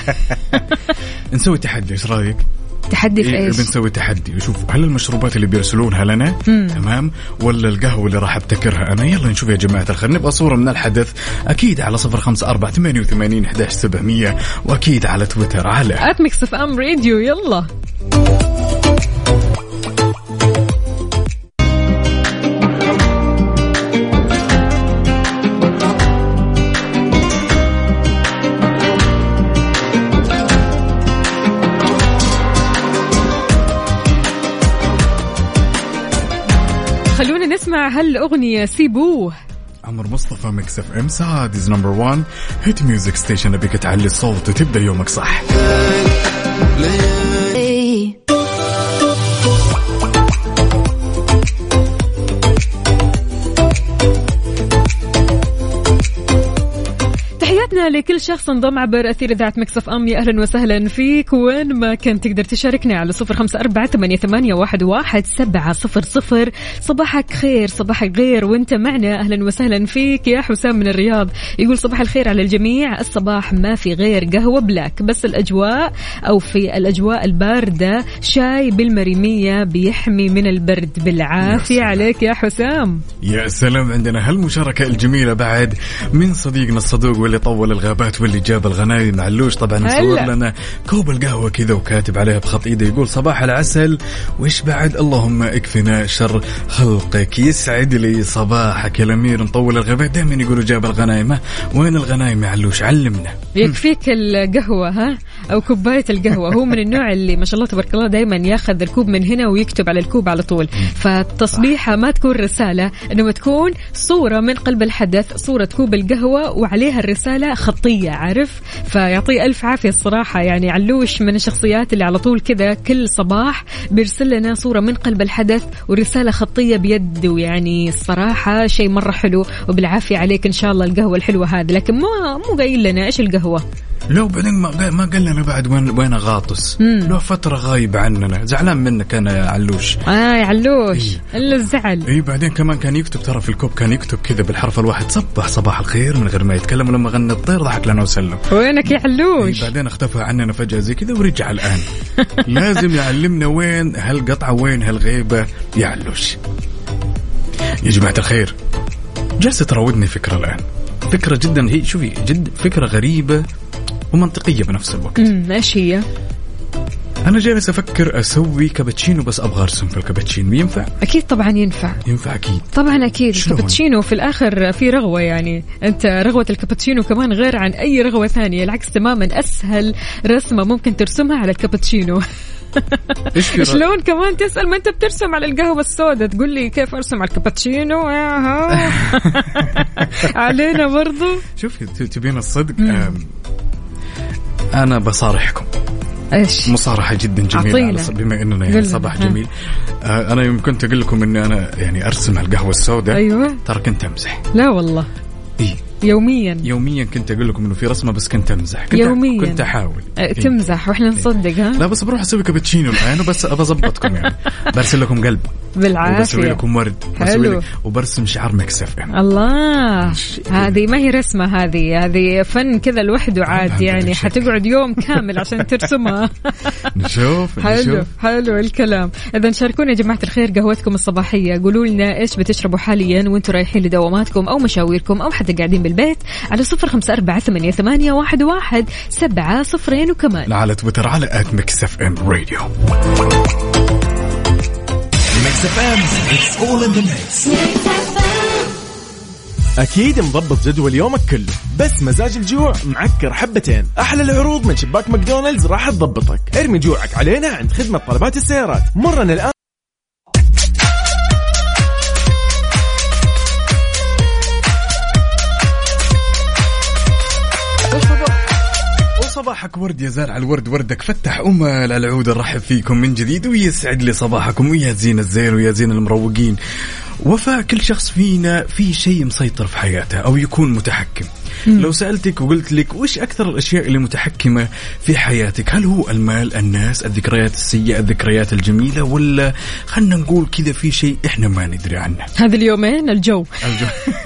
نسوي تحدي، ايش رايك؟ تحدي في ايش؟ بنسوي تحدي نشوف هل المشروبات اللي بيرسلونها لنا مم. تمام ولا القهوة اللي راح ابتكرها انا. يلا نشوف يا جماعة الخير، نبقى صورة من الحدث اكيد على صفر خمسة أربعة ثمانية وثمانين أحد عشر سبعمية واكيد على تويتر على آت ميكس اف ام راديو. يلا خلونا نسمع هالأغنية سيبوه. عمر مصطفى ميكس اف ام سعادز نمبر وان هيت ميوزك ستيشن. أبيك تعلي الصوت وتبدأ يومك صح. لكل شخص انضم عبر أثير إذاعة ميكس اف ام. يا أهلا وسهلا فيك وين ما كنت. تقدر تشاركنا على صفر خمسة أربعة ثمانية ثمانية واحد واحد سبعة صفر صفر. صباحك خير، صباحك غير وانت معنا. أهلا وسهلا فيك يا حسام من الرياض، يقول صباح الخير على الجميع. الصباح ما في غير قهوة بلاك، بس الأجواء أو في الأجواء الباردة شاي بالمريمية بيحمي من البرد. بالعافية عليك يا حسام. يا سلام. عندنا هالمشاركة الجميلة بعد من صديقنا الصدوق واللي طول الغابات واللي جاب الغنايم علوش. طبعا مصور لنا كوب القهوة كذا وكاتب عليها بخط ايده يقول صباح العسل وإيش بعد اللهم اكفنا شر خلقك. يسعد لي صباحك يا الأمير. نطول الغابات دائما يقولوا جاب الغنايم. وين الغنايم يا علوش؟ علمنا. يكفيك القهوة ها أو كوباية القهوة. هو من النوع اللي ما شاء الله تبارك الله دائما ياخذ الكوب من هنا ويكتب على الكوب على طول. فالتصبيحة ما تكون رسالة، إنما تكون صورة من قلب الحدث، صورة كوب القهوة وعليها الرسالة خطية، عارف؟ فيعطيه ألف عافية الصراحة. يعني علوش من الشخصيات اللي على طول كذا كل صباح بيرسل لنا صورة من قلب الحدث ورسالة خطية بيده. يعني الصراحة شيء مرة حلو وبالعافية عليك إن شاء الله القهوة الحلوة هذه. لكن مو مو قايل لنا إيش القهوة. لو بعدين ما ما قال لنا بعد وين وين غاطس. له فترة غايب عننا، زعلان منك أنا يا علوش. آه يا علوش إلا الزعل. إيه بعدين كمان كان يكتب ترى في الكوب كان يكتب كذا بالحرف الواحد صبح صباح الخير من غير ما يتكلم. ولما غنى الطير ضحك لنا وسلم. وينك يا علوش؟ إيه بعدين اختفى عننا فجأة زي كذا ورجع الآن. لازم يعلمنا وين هالقطعة وين هالغيبة يا علوش. يا جماعة الخير جالسة تراودني فكرة الآن، فكرة جدا هي شوفي جد فكرة غريبة ومنطقية بنفس الوقت. امم ايش هي؟ أنا جالس أفكر أسوي كابتشينو بس أبغى أرسم في الكابتشينو، ينفع؟ أكيد طبعا ينفع. ينفع أكيد طبعا أكيد. شلون؟ الكابتشينو في الآخر في رغوة، يعني أنت رغوة الكابتشينو كمان غير عن أي رغوة ثانية، العكس تماما. أسهل رسمة ممكن ترسمها على الكابتشينو. شلون كمان تسأل ما أنت بترسم على القهوة السوداء تقول لي كيف أرسم على الكابتشينو؟ علينا برضو. شوف تبين الصدق، أنا بصارحكم إيش؟ مصارحة جدا جميلة بما إننا يعني صباح جميل. آه أنا يوم كنت أقول لكم إني أنا يعني أرسم على القهوة السوداء، أيوة ترى كنت أمزح. لا والله إيه يوميا يوميا كنت أقول لكم إنه في رسمة بس كنت أمزح. كنت يوميا كنت أحاول إيه؟ تمزح وإحنا نصدق. ها لا بس بروح أسوي كابتشينو الآن وبس أبى أضبطكم يعني. برسل لكم قلب بالعافية، وبسوي لكم ورد حلو، وبرسم شعار مكسف يعني. الله، هذه ما هي رسمة، هذه هذه فن كذا لوحده عاد يعني، حتقعد يوم كامل عشان ترسمها. نشوف حلو نشوف. حلو الكلام. إذا شاركونا يا جماعة الخير قهوتكم الصباحية، قولوا لنا إيش بتشربوا حاليا وانتم رايحين لدواماتكم أو مشاويركم أو حتى قاعدين بالبيت، على صفر خمسة أربعة ثمانية ثمانية واحد واحد سبعة صفرين، وكمان على تويتر على آت ميكس اف ام راديو. ميكس اف ام it's all in the mix. أكيد مضبط جدول يومك كله، بس مزاج الجوع معكر حبتين. أحلى العروض من شباك ماكدونالدز راح تضبطك. ارمي جوعك علينا عند خدمة طلبات السيارات. مرنا الآن. صباحك ورد يا زارع الورد، وردك فتح أمل. العود نرحب فيكم من جديد ويسعد لي صباحكم، ويا زين الزين ويا زين المروقين. وفاء كل شخص فينا في شيء مسيطر في حياته أو يكون متحكم. مم. لو سألتك وقلت لك وش أكثر الأشياء اللي متحكمة في حياتك، هل هو المال، الناس، الذكريات السيئة، الذكريات الجميلة، ولا خلنا نقول كذا في شيء إحنا ما ندري عنه؟ هذا اليومين الجو, الجو.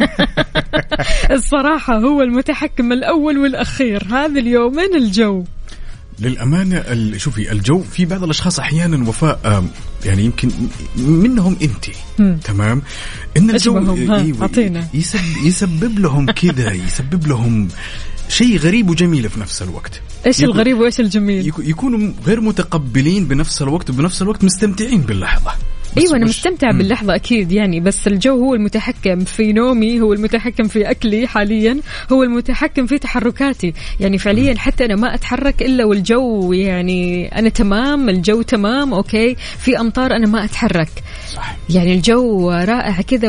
الصراحة هو المتحكم الأول والأخير، هذا اليومين الجو للأمانة. شوفي الجو في بعض الأشخاص أحيانا وفاء يعني يمكن منهم أنت تمام إن الجو يسبب, يسبب لهم كذا، يسبب لهم شيء غريب وجميل في نفس الوقت. إيش يكون الغريب وإيش الجميل؟ يكونوا غير متقبلين بنفس الوقت وبنفس الوقت مستمتعين باللحظة. ايوه انا مستمتع باللحظه اكيد يعني، بس الجو هو المتحكم في نومي، هو المتحكم في اكلي حاليا، هو المتحكم في تحركاتي يعني فعليا. حتى انا ما اتحرك الا والجو يعني انا تمام، الجو تمام اوكي، في امطار انا ما اتحرك صح. يعني الجو رائع كذا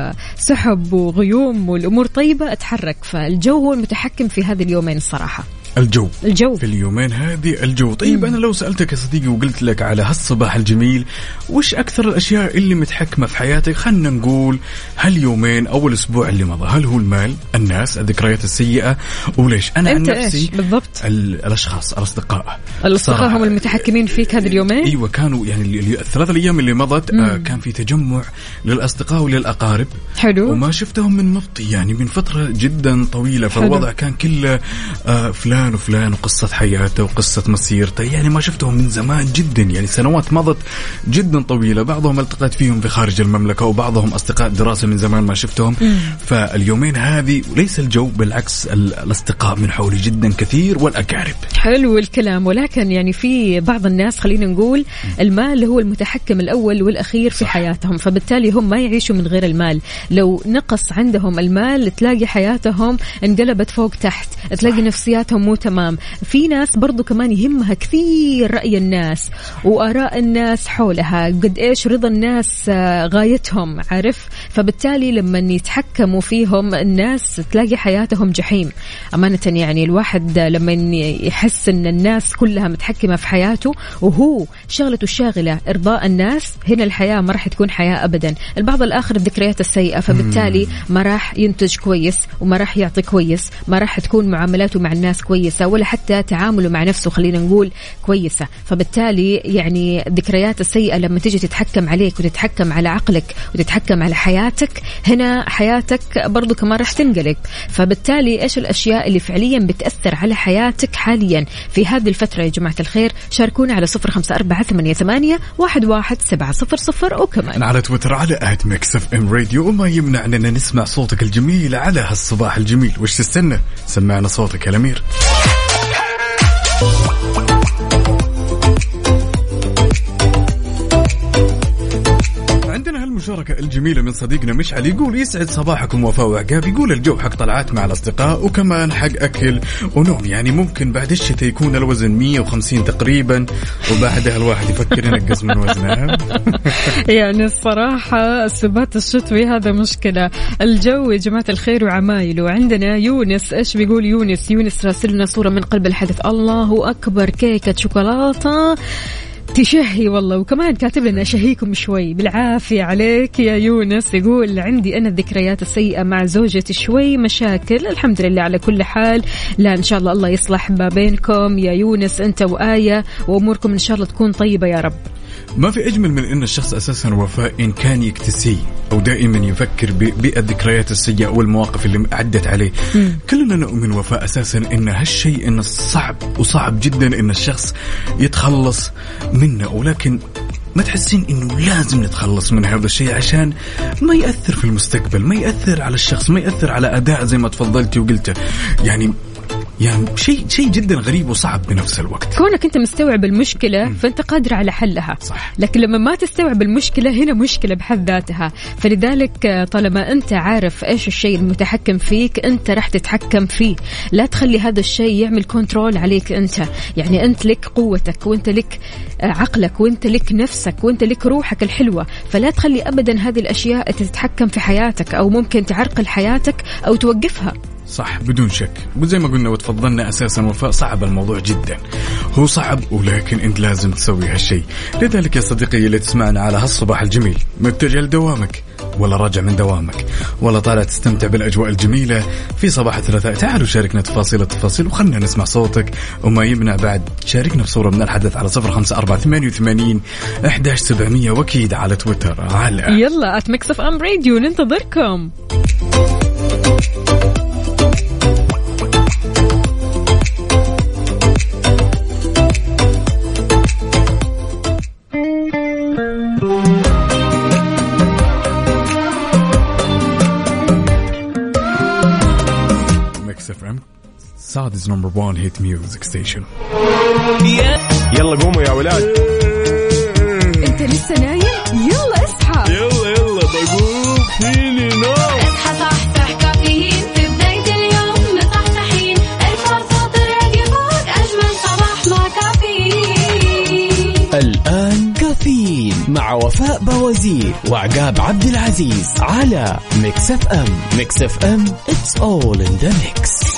وسحب وغيوم والامور طيبه اتحرك، فالجو هو المتحكم في هذه اليومين الصراحه. الجو. الجو في اليومين هذه الجو. طيب مم. أنا لو سألتك يا صديقي وقلت لك على هالصباح الجميل وش أكثر الأشياء اللي متحكمة في حياتك، خلنا نقول هاليومين أو الأسبوع اللي مضى، هل هو المال، الناس، الذكريات السيئة، وليش؟ أنا عن نفسي بالضبط الأشخاص الأصدقاء الأصدقاء هم المتحكمين فيك هذه اليومين. أيوة كانوا يعني الثلاث الأيام اللي مضت آه كان في تجمع للأصدقاء وللأقارب. حلو. وما شفتهم من مضي يعني من فترة جدا طويلة، فالوضع كان كله آه فلان وفلان وقصة حياته وقصة مسيرته، يعني ما شفتهم من زمان جدا، يعني سنوات مضت جدا طويلة. بعضهم التقيت فيهم في خارج المملكة وبعضهم أصدقاء دراسة من زمان ما شفتهم. مم. فاليومين هذه وليس الجو، بالعكس الأصدقاء من حولي جدا كثير والأقارب. حلو الكلام. ولكن يعني في بعض الناس خلينا نقول المال هو المتحكم الأول والأخير في صح. حياتهم، فبالتالي هم ما يعيشوا من غير المال. لو نقص عندهم المال تلاقي حياتهم انقلبت فوق تحت، تلاقي صح. نفسياتهم مو تمام. في ناس برضو كمان يهمها كثير رأي الناس وآراء الناس حولها، قد إيش رضا الناس غايتهم، عارف؟ فبالتالي لما يتحكموا فيهم الناس تلاقي حياتهم جحيم أمانة. يعني الواحد لما يحس أن الناس كلها متحكمة في حياته وهو شغلته الشاغلة إرضاء الناس، هنا الحياة ما راح تكون حياة أبدا. البعض الآخر الذكريات السيئة، فبالتالي ما راح ينتج كويس وما راح يعطي كويس، ما راح تكون معاملاته مع الناس كويسة ولا حتى تعامله مع نفسه خلينا نقول كويسة. فبالتالي يعني الذكريات السيئة لما تيجي تتحكم عليك وتتحكم على عقلك وتتحكم على حياتك، هنا حياتك برضو كمان راح تنقلب. فبالتالي إيش الأشياء اللي فعليا بتأثر على حياتك حاليا في هذه الفترة يا جماعة الخير؟ شاركونا على صفر خمسة أربعة ثمانية ثمانية واحد واحد سبعة صفر صفر، وكمان على تويتر على آت ميكس اف ام راديو. وما يمنع أننا نسمع صوتك الجميل على هالصباح الجميل. وش تستنى؟ سمعنا صوتك يا الأمير. المشاركة الجميلة من صديقنا مشعل، يقول يسعد صباحكم وفاء وعقاب. يقول الجو حق طلعات مع الأصدقاء وكمان حق أكل ونوم، يعني ممكن بعد الشتاء يكون الوزن مية وخمسين تقريبا وبعدها الواحد يفكر ينقص من وزنه. يعني الصراحة السبات الشتوي هذا مشكلة. الجو يا جماعة الخير وعمايله. عندنا يونس، إيش بيقول يونس؟ يونس راسلنا صورة من قلب الحدث، الله أكبر كيكة شوكولاتة تشهي والله، وكمان كاتب لنا شهيكم شوي بالعافية عليك يا يونس. يقول عندي أنا الذكريات السيئة مع زوجتي، شوي مشاكل، الحمد لله على كل حال. لا إن شاء الله الله يصلح ما بينكم يا يونس أنت وآية، وأموركم إن شاء الله تكون طيبة يا رب. ما في أجمل من أن الشخص أساسا وفاء إن كان يكتسي أو دائما يفكر بالذكريات السيئة والمواقف اللي عدت عليه. م. كلنا نؤمن وفاء أساسا إن هالشيء إنه صعب وصعب جدا إن الشخص يتخلص منه، ولكن ما تحسين إنه لازم نتخلص من هذا الشيء عشان ما يأثر في المستقبل، ما يأثر على الشخص، ما يأثر على أداء زي ما تفضلتي وقلته. يعني يعني شيء شيء جدا غريب وصعب بنفس الوقت. كونك انت مستوعب المشكله م. فانت قادر على حلها، صح. لكن لما ما تستوعب المشكله هنا مشكله بحد ذاتها. فلذلك طالما انت عارف ايش الشيء المتحكم فيك انت راح تتحكم فيه، لا تخلي هذا الشيء يعمل كنترول عليك. انت يعني انت لك قوتك وانت لك عقلك وانت لك نفسك وانت لك روحك الحلوه، فلا تخلي ابدا هذه الاشياء تتحكم في حياتك او ممكن تعرقل حياتك او توقفها. صح بدون شك. وزي ما قلنا وتفضلنا أساسا وفاء، صعب الموضوع جدا، هو صعب ولكن أنت لازم تسوي هالشيء. لذلك يا صديقي اللي تسمعنا على هالصباح الجميل، متجه لدوامك ولا راجع من دوامك ولا طالع تستمتع بالأجواء الجميلة في صباح الثلاثاء، تعالوا شاركنا تفاصيل التفاصيل وخلنا نسمع صوتك، وما يمنع بعد شاركنا بصورة من الحدث على صفر خمسة أربعة ثمانية وثمانين أحد عشر سبعمية، وأكيد على تويتر على يلا at mix of am radio. ننتظركم. Saudi's number one hit music station. يلا قوموا يا ولاد. انت لسه نايم؟ يلا اصحى. يلا يلا بقوم فيني نوم. اصحى صحصح كافيين في بداية اليوم مصحصحين، الفرصة الراديو فوق أجمل صباح مع كافيين. الآن كافيين مع وفاء بوازير وعقاب عبد العزيز على ميكس اف ام. ميكس اف ام it's all in the mix.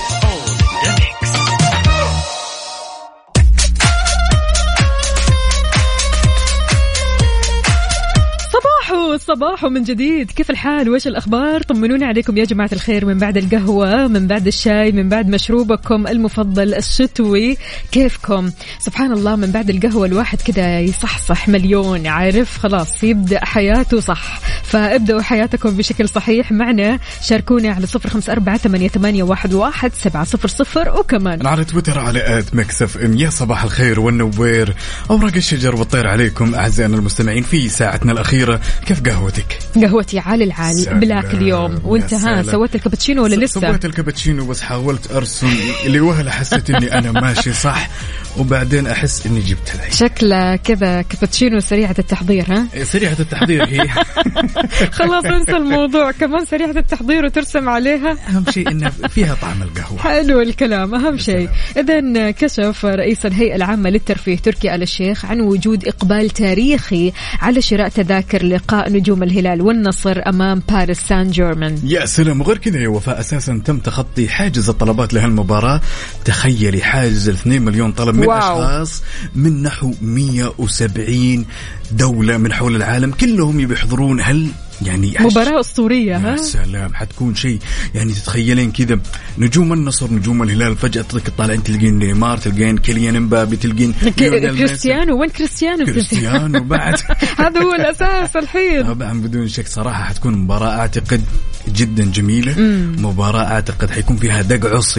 صباح من جديد، كيف الحال وإيش الأخبار؟ طمنونا عليكم يا جماعة الخير، من بعد القهوة، من بعد الشاي، من بعد مشروبكم المفضل الشتوي، كيفكم؟ سبحان الله، من بعد القهوة الواحد كده يصحصح مليون، عارف خلاص يبدأ حياته صح. فابدأوا حياتكم بشكل صحيح معنا، شاركونا على صفر خمسة أربعة ثمانية ثمانية واحد واحد سبعة صفر صفر، وكمان على تويتر على آت مكسف إم. يا صباح الخير والنوير، أوراق الشجر والطير عليكم أعزائنا المستمعين في ساعتنا الأخيرة. كيف قهوتك؟ قهوتي عالي العال بلاك اليوم. وانت ها سويت الكابتشينو ولا لسه؟ سويت الكابتشينو بس حاولت أرسم اللي وهلا حسيت إني أنا ماشي صح وبعدين أحس إني جبت العين. شكله كذا كابتشينو سريعة التحضير. ها سريعة التحضير هي. خلاص انسى الموضوع، كمان سريعة التحضير وترسم عليها. أهم شيء إنها فيها طعم القهوة. حلو الكلام، أهم شيء. إذن كشف رئيس الهيئة العامة للترفيه تركي آل الشيخ عن وجود إقبال تاريخي على شراء تذاكر لقاء نجوم الهلال والنصر أمام باريس سان جيرمان. يا سلام، وغير كذا يا وفاء أساسا تم تخطي حاجز الطلبات لهالمباراة. تخيلي حاجز اثنين مليون طلب من واو. أشخاص من نحو مية وسبعين دولة من حول العالم، كلهم يحضرون. هل يعني مباراة أسطورية؟ ها سلام، حتكون شيء يعني تتخيلين كذا نجوم النصر نجوم الهلال فجأة تطلع أنت تلقين نيمار، تلقين كيليان مبابي، تلقين كريستيانو. وين كريستيانو؟ كريستيانو بعد. هذا هو الأساس الحين. طبعا بدون شك صراحة حتكون مباراة أعتقد جدا جميلة. مم. مباراة أعتقد حيكون فيها دق عصي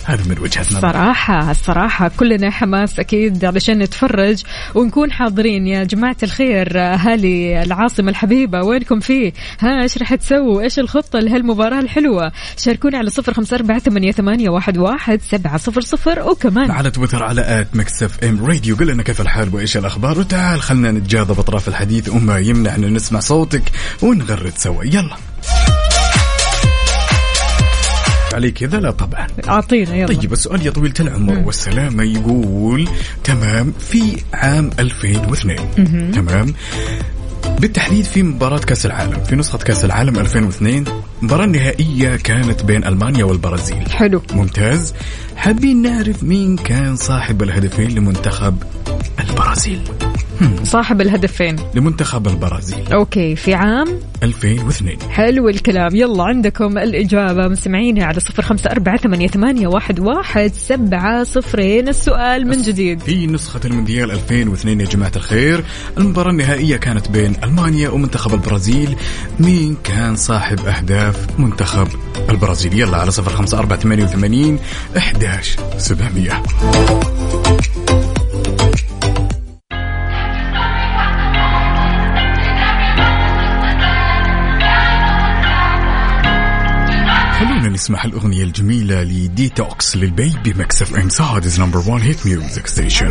هذا من وجهة نظر. الصراحة الصراحة كلنا حماس أكيد علشان نتفرج ونكون حاضرين يا جماعة الخير. أهالي العاصمة الحبيبة وينكم فيه؟ ها إيش رح تسووا؟ إيش الخطة لهالمباراة الحلوة؟ شاركونا على صفر خمسة أربعة ثمانية ثمانية واحد واحد سبعة صفر صفر وكمان على تويتر على آت ميكس اف ام راديو. قل لنا كيف الحال وإيش الأخبار، وتعال خلنا نتجاذب أطراف الحديث وما يمنع أن نسمع صوتك ونغرد سوا. يلا عليك كذا؟ لا طبعا أعطينا يلا. طيب السؤال يا طويلة العمر والسلامة يقول تمام في عام ألفين واثنين تمام بالتحديد في مباراة كأس العالم في نسخة كأس العالم ألفين واثنين المباراة النهائية كانت بين ألمانيا والبرازيل. حلو ممتاز. حابين نعرف مين كان صاحب الهدفين لمنتخب البرازيل. صاحب الهدفين لمنتخب البرازيل أوكي في عام ألفين واثنين. حلو الكلام. يلا عندكم الإجابة مستمعينها على صفر خمسة أربعة ثمانية ثمانية واحد واحد سبعة صفرين. السؤال من جديد في نسخة المونديال ألفين واثنين يا جماعة الخير المباراة النهائية كانت بين ألمانيا ومنتخب البرازيل. مين كان صاحب أهداف منتخب البرازيل؟ يلا على صفر خمسة أربعة ثمانية وثمانين أحد عشر سبعمية. خلونا نسمع الأغنية الجميلة لديتوكس للبيبي ميكس اف ام سعود's number one hit music station.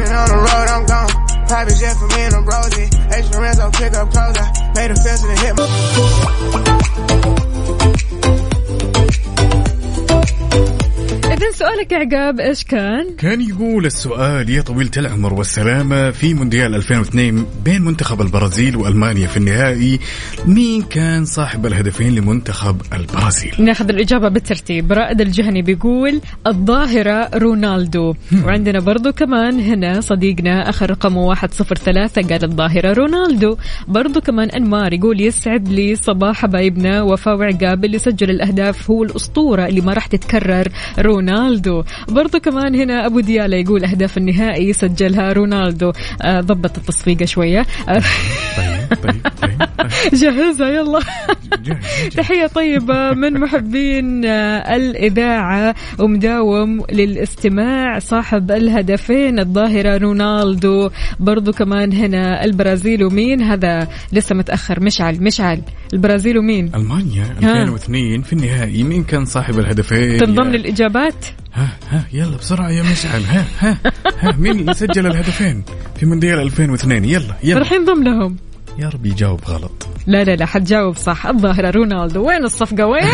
إذن سؤالك يا عقاب إيش كان؟ كان يقول السؤال يا طويلة العمر والسلامة في مونديال ألفين واثنين بين منتخب البرازيل وألمانيا في النهائي مين كان صاحب الهدفين لمنتخب البرازيل؟ ناخذ الإجابة بالترتيب. رائد الجهني بيقول الظاهرة رونالدو. وعندنا برضو كمان هنا صديقنا آخر رقمه واحد صفر ثلاثة قال الظاهرة رونالدو. برضو كمان أنمار يقول يسعد لي صباح حبايبنا وفاء وعقاب اللي سجل الأهداف هو الأسطورة اللي ما راح تتكرر رونالدو. برضو كمان هنا أبو ديالة يقول أهداف النهائي سجلها رونالدو. آه ضبط التصفيقة شوية. آه طيب طيب طيب جهزها يلا. تحية طيبة من محبين آه الإذاعة ومداوم للاستماع صاحب الهدفين الظاهرة رونالدو. برضو كمان هنا البرازيل ومين هذا لسه متأخر. مشعل مشعل البرازيل ومين؟ ألمانيا ألفين واثنين في النهائي مين كان صاحب الهدفين؟ تنضم للإجابات. ها ها يلا بسرعة يا مشعل. ها ها ها مين اللي سجل الهدفين في مونديال ألفين واثنين؟ يلا يلا راح ينضم لهم. يا رب يجاوب غلط. لا لا لا حتجاوب صح. الظاهرة رونالدو. وين الصفقة وين؟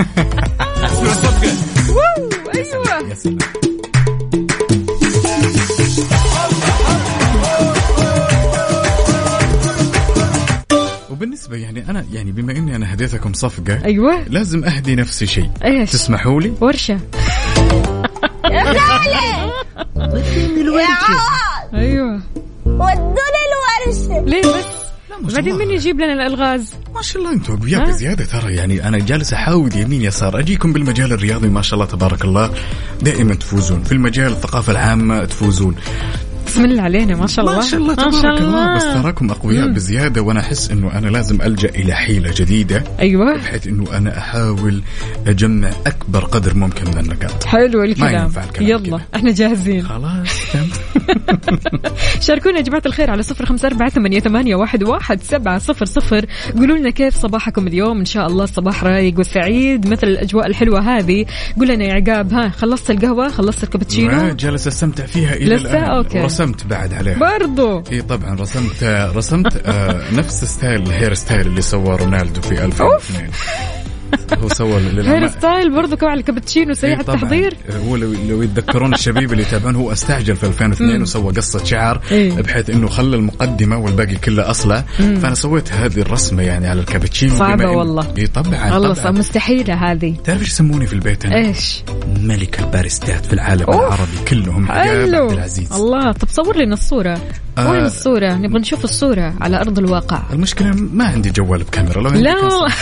أيوة يا سلام. وبالنسبة يعني أنا يعني بما إني أنا هديتكم صفقة أيوة لازم أهدي نفس الشيء. إيش تسمحوا لي؟ ورشة. يا خالي أيوة ودونا الورشة. ليه بس؟ بعدين من يجيب لنا الألغاز؟ ما شاء الله انتم اقوياء بزياده ترى. يعني انا جالس احاول يمين يسار اجيكم بالمجال الرياضي ما شاء الله تبارك الله دائما تفوزون، في المجال الثقافه العامه تفوزون. بسم الله علينا ما شاء الله ما شاء الله تبارك الله. الله. بس تراكم اقوياء مم. بزياده، وانا احس انه انا لازم الجا الى حيله جديده. ايوه بحيث انه انا احاول اجمع اكبر قدر ممكن من النقاط. حلو الكلام. يلا كده. احنا جاهزين خلاص تم. شاركونا يا جماعه الخير على صفر خمسة أربعة ثمانية ثمانية واحد واحد سبعة صفر صفر. قولوا لنا كيف صباحكم اليوم. ان شاء الله الصباح رايق وسعيد مثل الاجواء الحلوه هذه. قول لنا يا عقاب ها خلصت القهوه خلصت الكابتشينو؟ جالس استمتع فيها الى لسه؟ الان. أوكي. ورسمت بعد عليها برضو. اي طبعا رسمت رسمت آه نفس ستايل الهير ستايل اللي سواه رونالدو في ألفين واثنين. هو سوى هير ستايل برضو كمان على الكابتشينو سريع التحضير. هو لو, لو يتذكرون الشباب اللي يتابعون هو استعجل في ألفين واثنين وسوى قصة شعر إيه؟ بحيث انه خلى المقدمة والباقي كله اصله. فانا سويت هذه الرسمة يعني على الكابتشينو. صعبة والله. اي طبعا والله طبعا مستحيلة هذه. تعرف ايش يسموني في البيت أنا؟ ايش؟ ملك الباريستات في العالم العربي كلهم. حلو عبد العزيز. الله. طب صور لنا الصورة. آه وين الصورة؟ نبغى نشوف الصورة على أرض الواقع. المشكلة ما عندي جوال بكاميرا. لو لا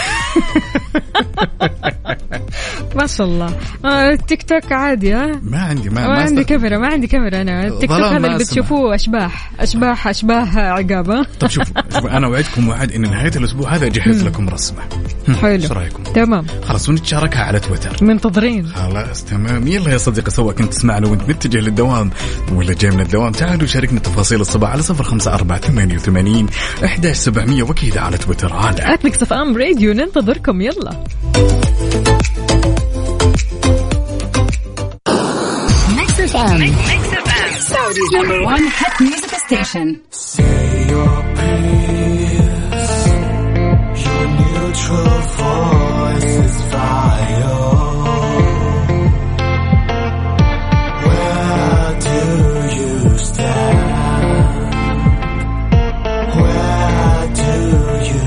ما شاء الله. آه تيك توك عادي. ها ما عندي ما, ما ما عندي كاميرا ما عندي كاميرا أنا. التيك توك هذا اللي بتشوفوه أشباح أشباح أشباه عقابة. طب شوف أنا وعدكم وعد إن نهاية الأسبوع هذا أجهز لكم رسمة. حلو. شو رأيكم؟ تمام. خلاص ونتشاركها على تويتر. منتظرين. خلاص تمام. يلا يا صديقي سواء كنت تسمعنا وانت متجه للدوام ولا جاي من الدوام تعالوا شاركنا تفاصيل الصباح على صفر خمسة أربعة ثمانية وثمانين أحد عشر سبعمية وكيدة على تويتر على آت ميكس إف إم راديو. ننتظركم. يلا ميكس إف إم Saudi's number one hit music station. Say your piece. Your neutral voice is fire. Where do you stand? Where do you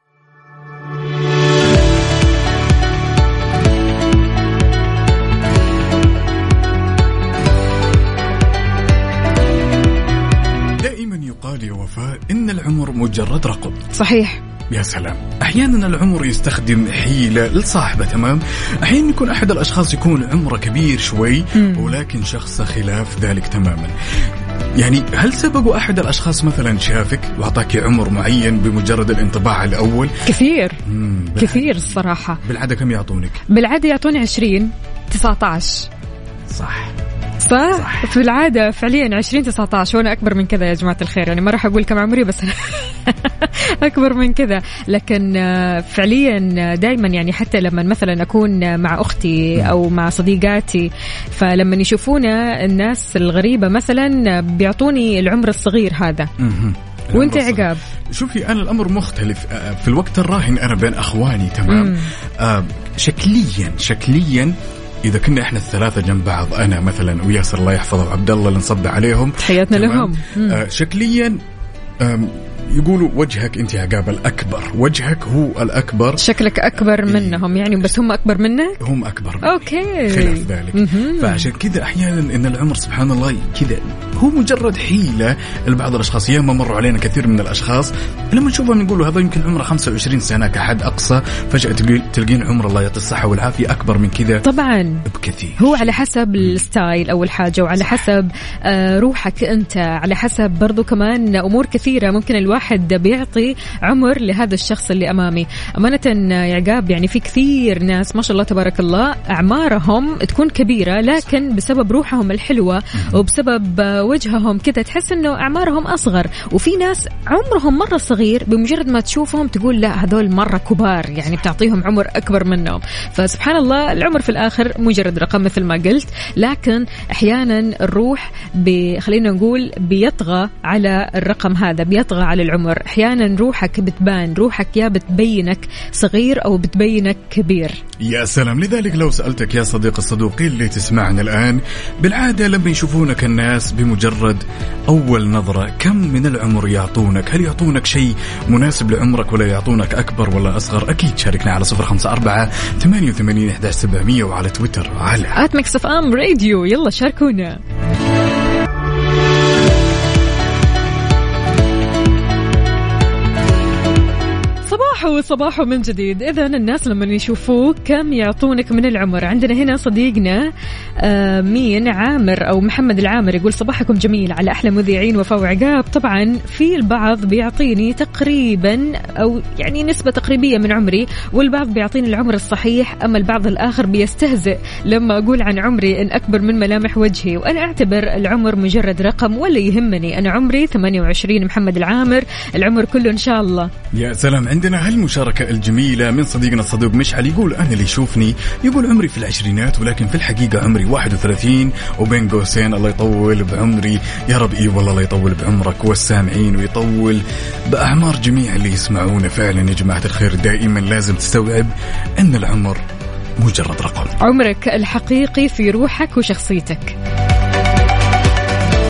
قال يا وفاء إن العمر مجرد رقم. صحيح. يا سلام. أحيانا العمر يستخدم حيلة لصاحبه. تمام. أحيانا يكون أحد الأشخاص يكون عمره كبير شوي ولكن شخصه خلاف ذلك تماما. يعني هل سبق أحد الأشخاص مثلا شافك وأعطاك عمر معين بمجرد الانطباع الأول؟ كثير كثير الصراحة. بالعادة كم يعطونك؟ بالعادة يعطوني عشرين تسعة عشر. صح صح, صح. في العادة فعليا عشرين تسعة عشر وأنا أكبر من كذا يا جماعة الخير. يعني ما راح أقول كم عمري بس أكبر من كذا. لكن فعليا دايما يعني حتى لما مثلا أكون مع أختي أو مع صديقاتي فلما يشوفونا الناس الغريبة مثلا بيعطوني العمر الصغير هذا. وانت عقاب شوفي أنا الأمر مختلف. في الوقت الراهن أنا بين أخواني. تمام. آه شكليا شكليا إذا كنا إحنا الثلاثة جنب بعض أنا مثلا وياسر الله يحفظه وعبد الله اللي نصب عليهم تحياتنا لهم. آه شكليا يقولوا وجهك أنت عقاب الأكبر. وجهك هو الأكبر. شكلك أكبر منهم يعني بس هم أكبر منك. هم أكبر منك. أوكي. خلاف ذلك. م-م. فعشان كذا أحيانا إن العمر سبحان الله كذا هو مجرد حيلة لبعض الأشخاص. ياما مروا علينا كثير من الأشخاص لما نشوفهم نقولوا هذا يمكن عمره خمسة وعشرين سنة كحد أقصى فجأة تلقين عمر الله يعطي الصحة والعافية أكبر من كذا طبعا بكثير. هو على حسب الستايل أول حاجة وعلى حسب روحك أنت على حسب برضو كمان أمور كثيرة. ممكن الواحد بيعطي عمر لهذا الشخص اللي أمامي. أمانة يا عقاب يعني في كثير ناس ما شاء الله تبارك الله أعمارهم تكون كبيرة لكن بسبب روحهم الحلوة وبسبب وجههم كده تحس إنه أعمارهم أصغر. وفي ناس عمرهم مرة صغير بمجرد ما تشوفهم تقول لا هذول مرة كبار يعني بتعطيهم عمر أكبر منهم. فسبحان الله العمر في الآخر مجرد رقم مثل ما قلت. لكن أحيانا الروح خلينا نقول بيطغى على الرقم هذا بيطغى على العمر. أحيانا روحك بتبان روحك يا بتبينك صغير أو بتبينك كبير. يا سلام. لذلك لو سألتك يا صديق الصدوقي اللي تسمعنا الآن بالعادة لما يشوفونك الناس بمجرد أول نظرة كم من العمر يعطونك؟ هل يعطونك شيء مناسب لعمرك ولا يعطونك أكبر ولا أصغر؟ أكيد شاركنا على صفر خمسة أربعة ثمانية وثمانين أحد عشر سبعمية وعلى تويتر على آت ميكس إف إم راديو. يلا شاركونا. صباحو صباحو من جديد. إذن الناس لما يشوفوك كم يعطونك من العمر؟ عندنا هنا صديقنا آه مين عامر أو محمد العامر يقول صباحكم جميل على أحلى مذيعين وفاء وعقاب. طبعا في البعض بيعطيني تقريبا أو يعني نسبة تقريبية من عمري والبعض بيعطيني العمر الصحيح. أما البعض الآخر بيستهزئ لما أقول عن عمري إن أكبر من ملامح وجهي وأنا أعتبر العمر مجرد رقم ولا يهمني. أنا عمري ثمانية وعشرين. محمد العامر العمر كله إن شاء الله. يا سلام. عندنا هالمشاركة الجميلة من صديقنا الصدوق مشعل يقول أنا اللي يشوفني يقول عمري في العشرينات ولكن في الحقيقة عمري واحد وثلاثين وبين قوسين الله يطول بعمري. يا رب إيه والله الله يطول بعمرك والسامعين ويطول بأعمار جميع اللي يسمعونا. فعلا يا جماعة الخير دائما لازم تستوعب أن العمر مجرد رقم. عمرك الحقيقي في روحك وشخصيتك.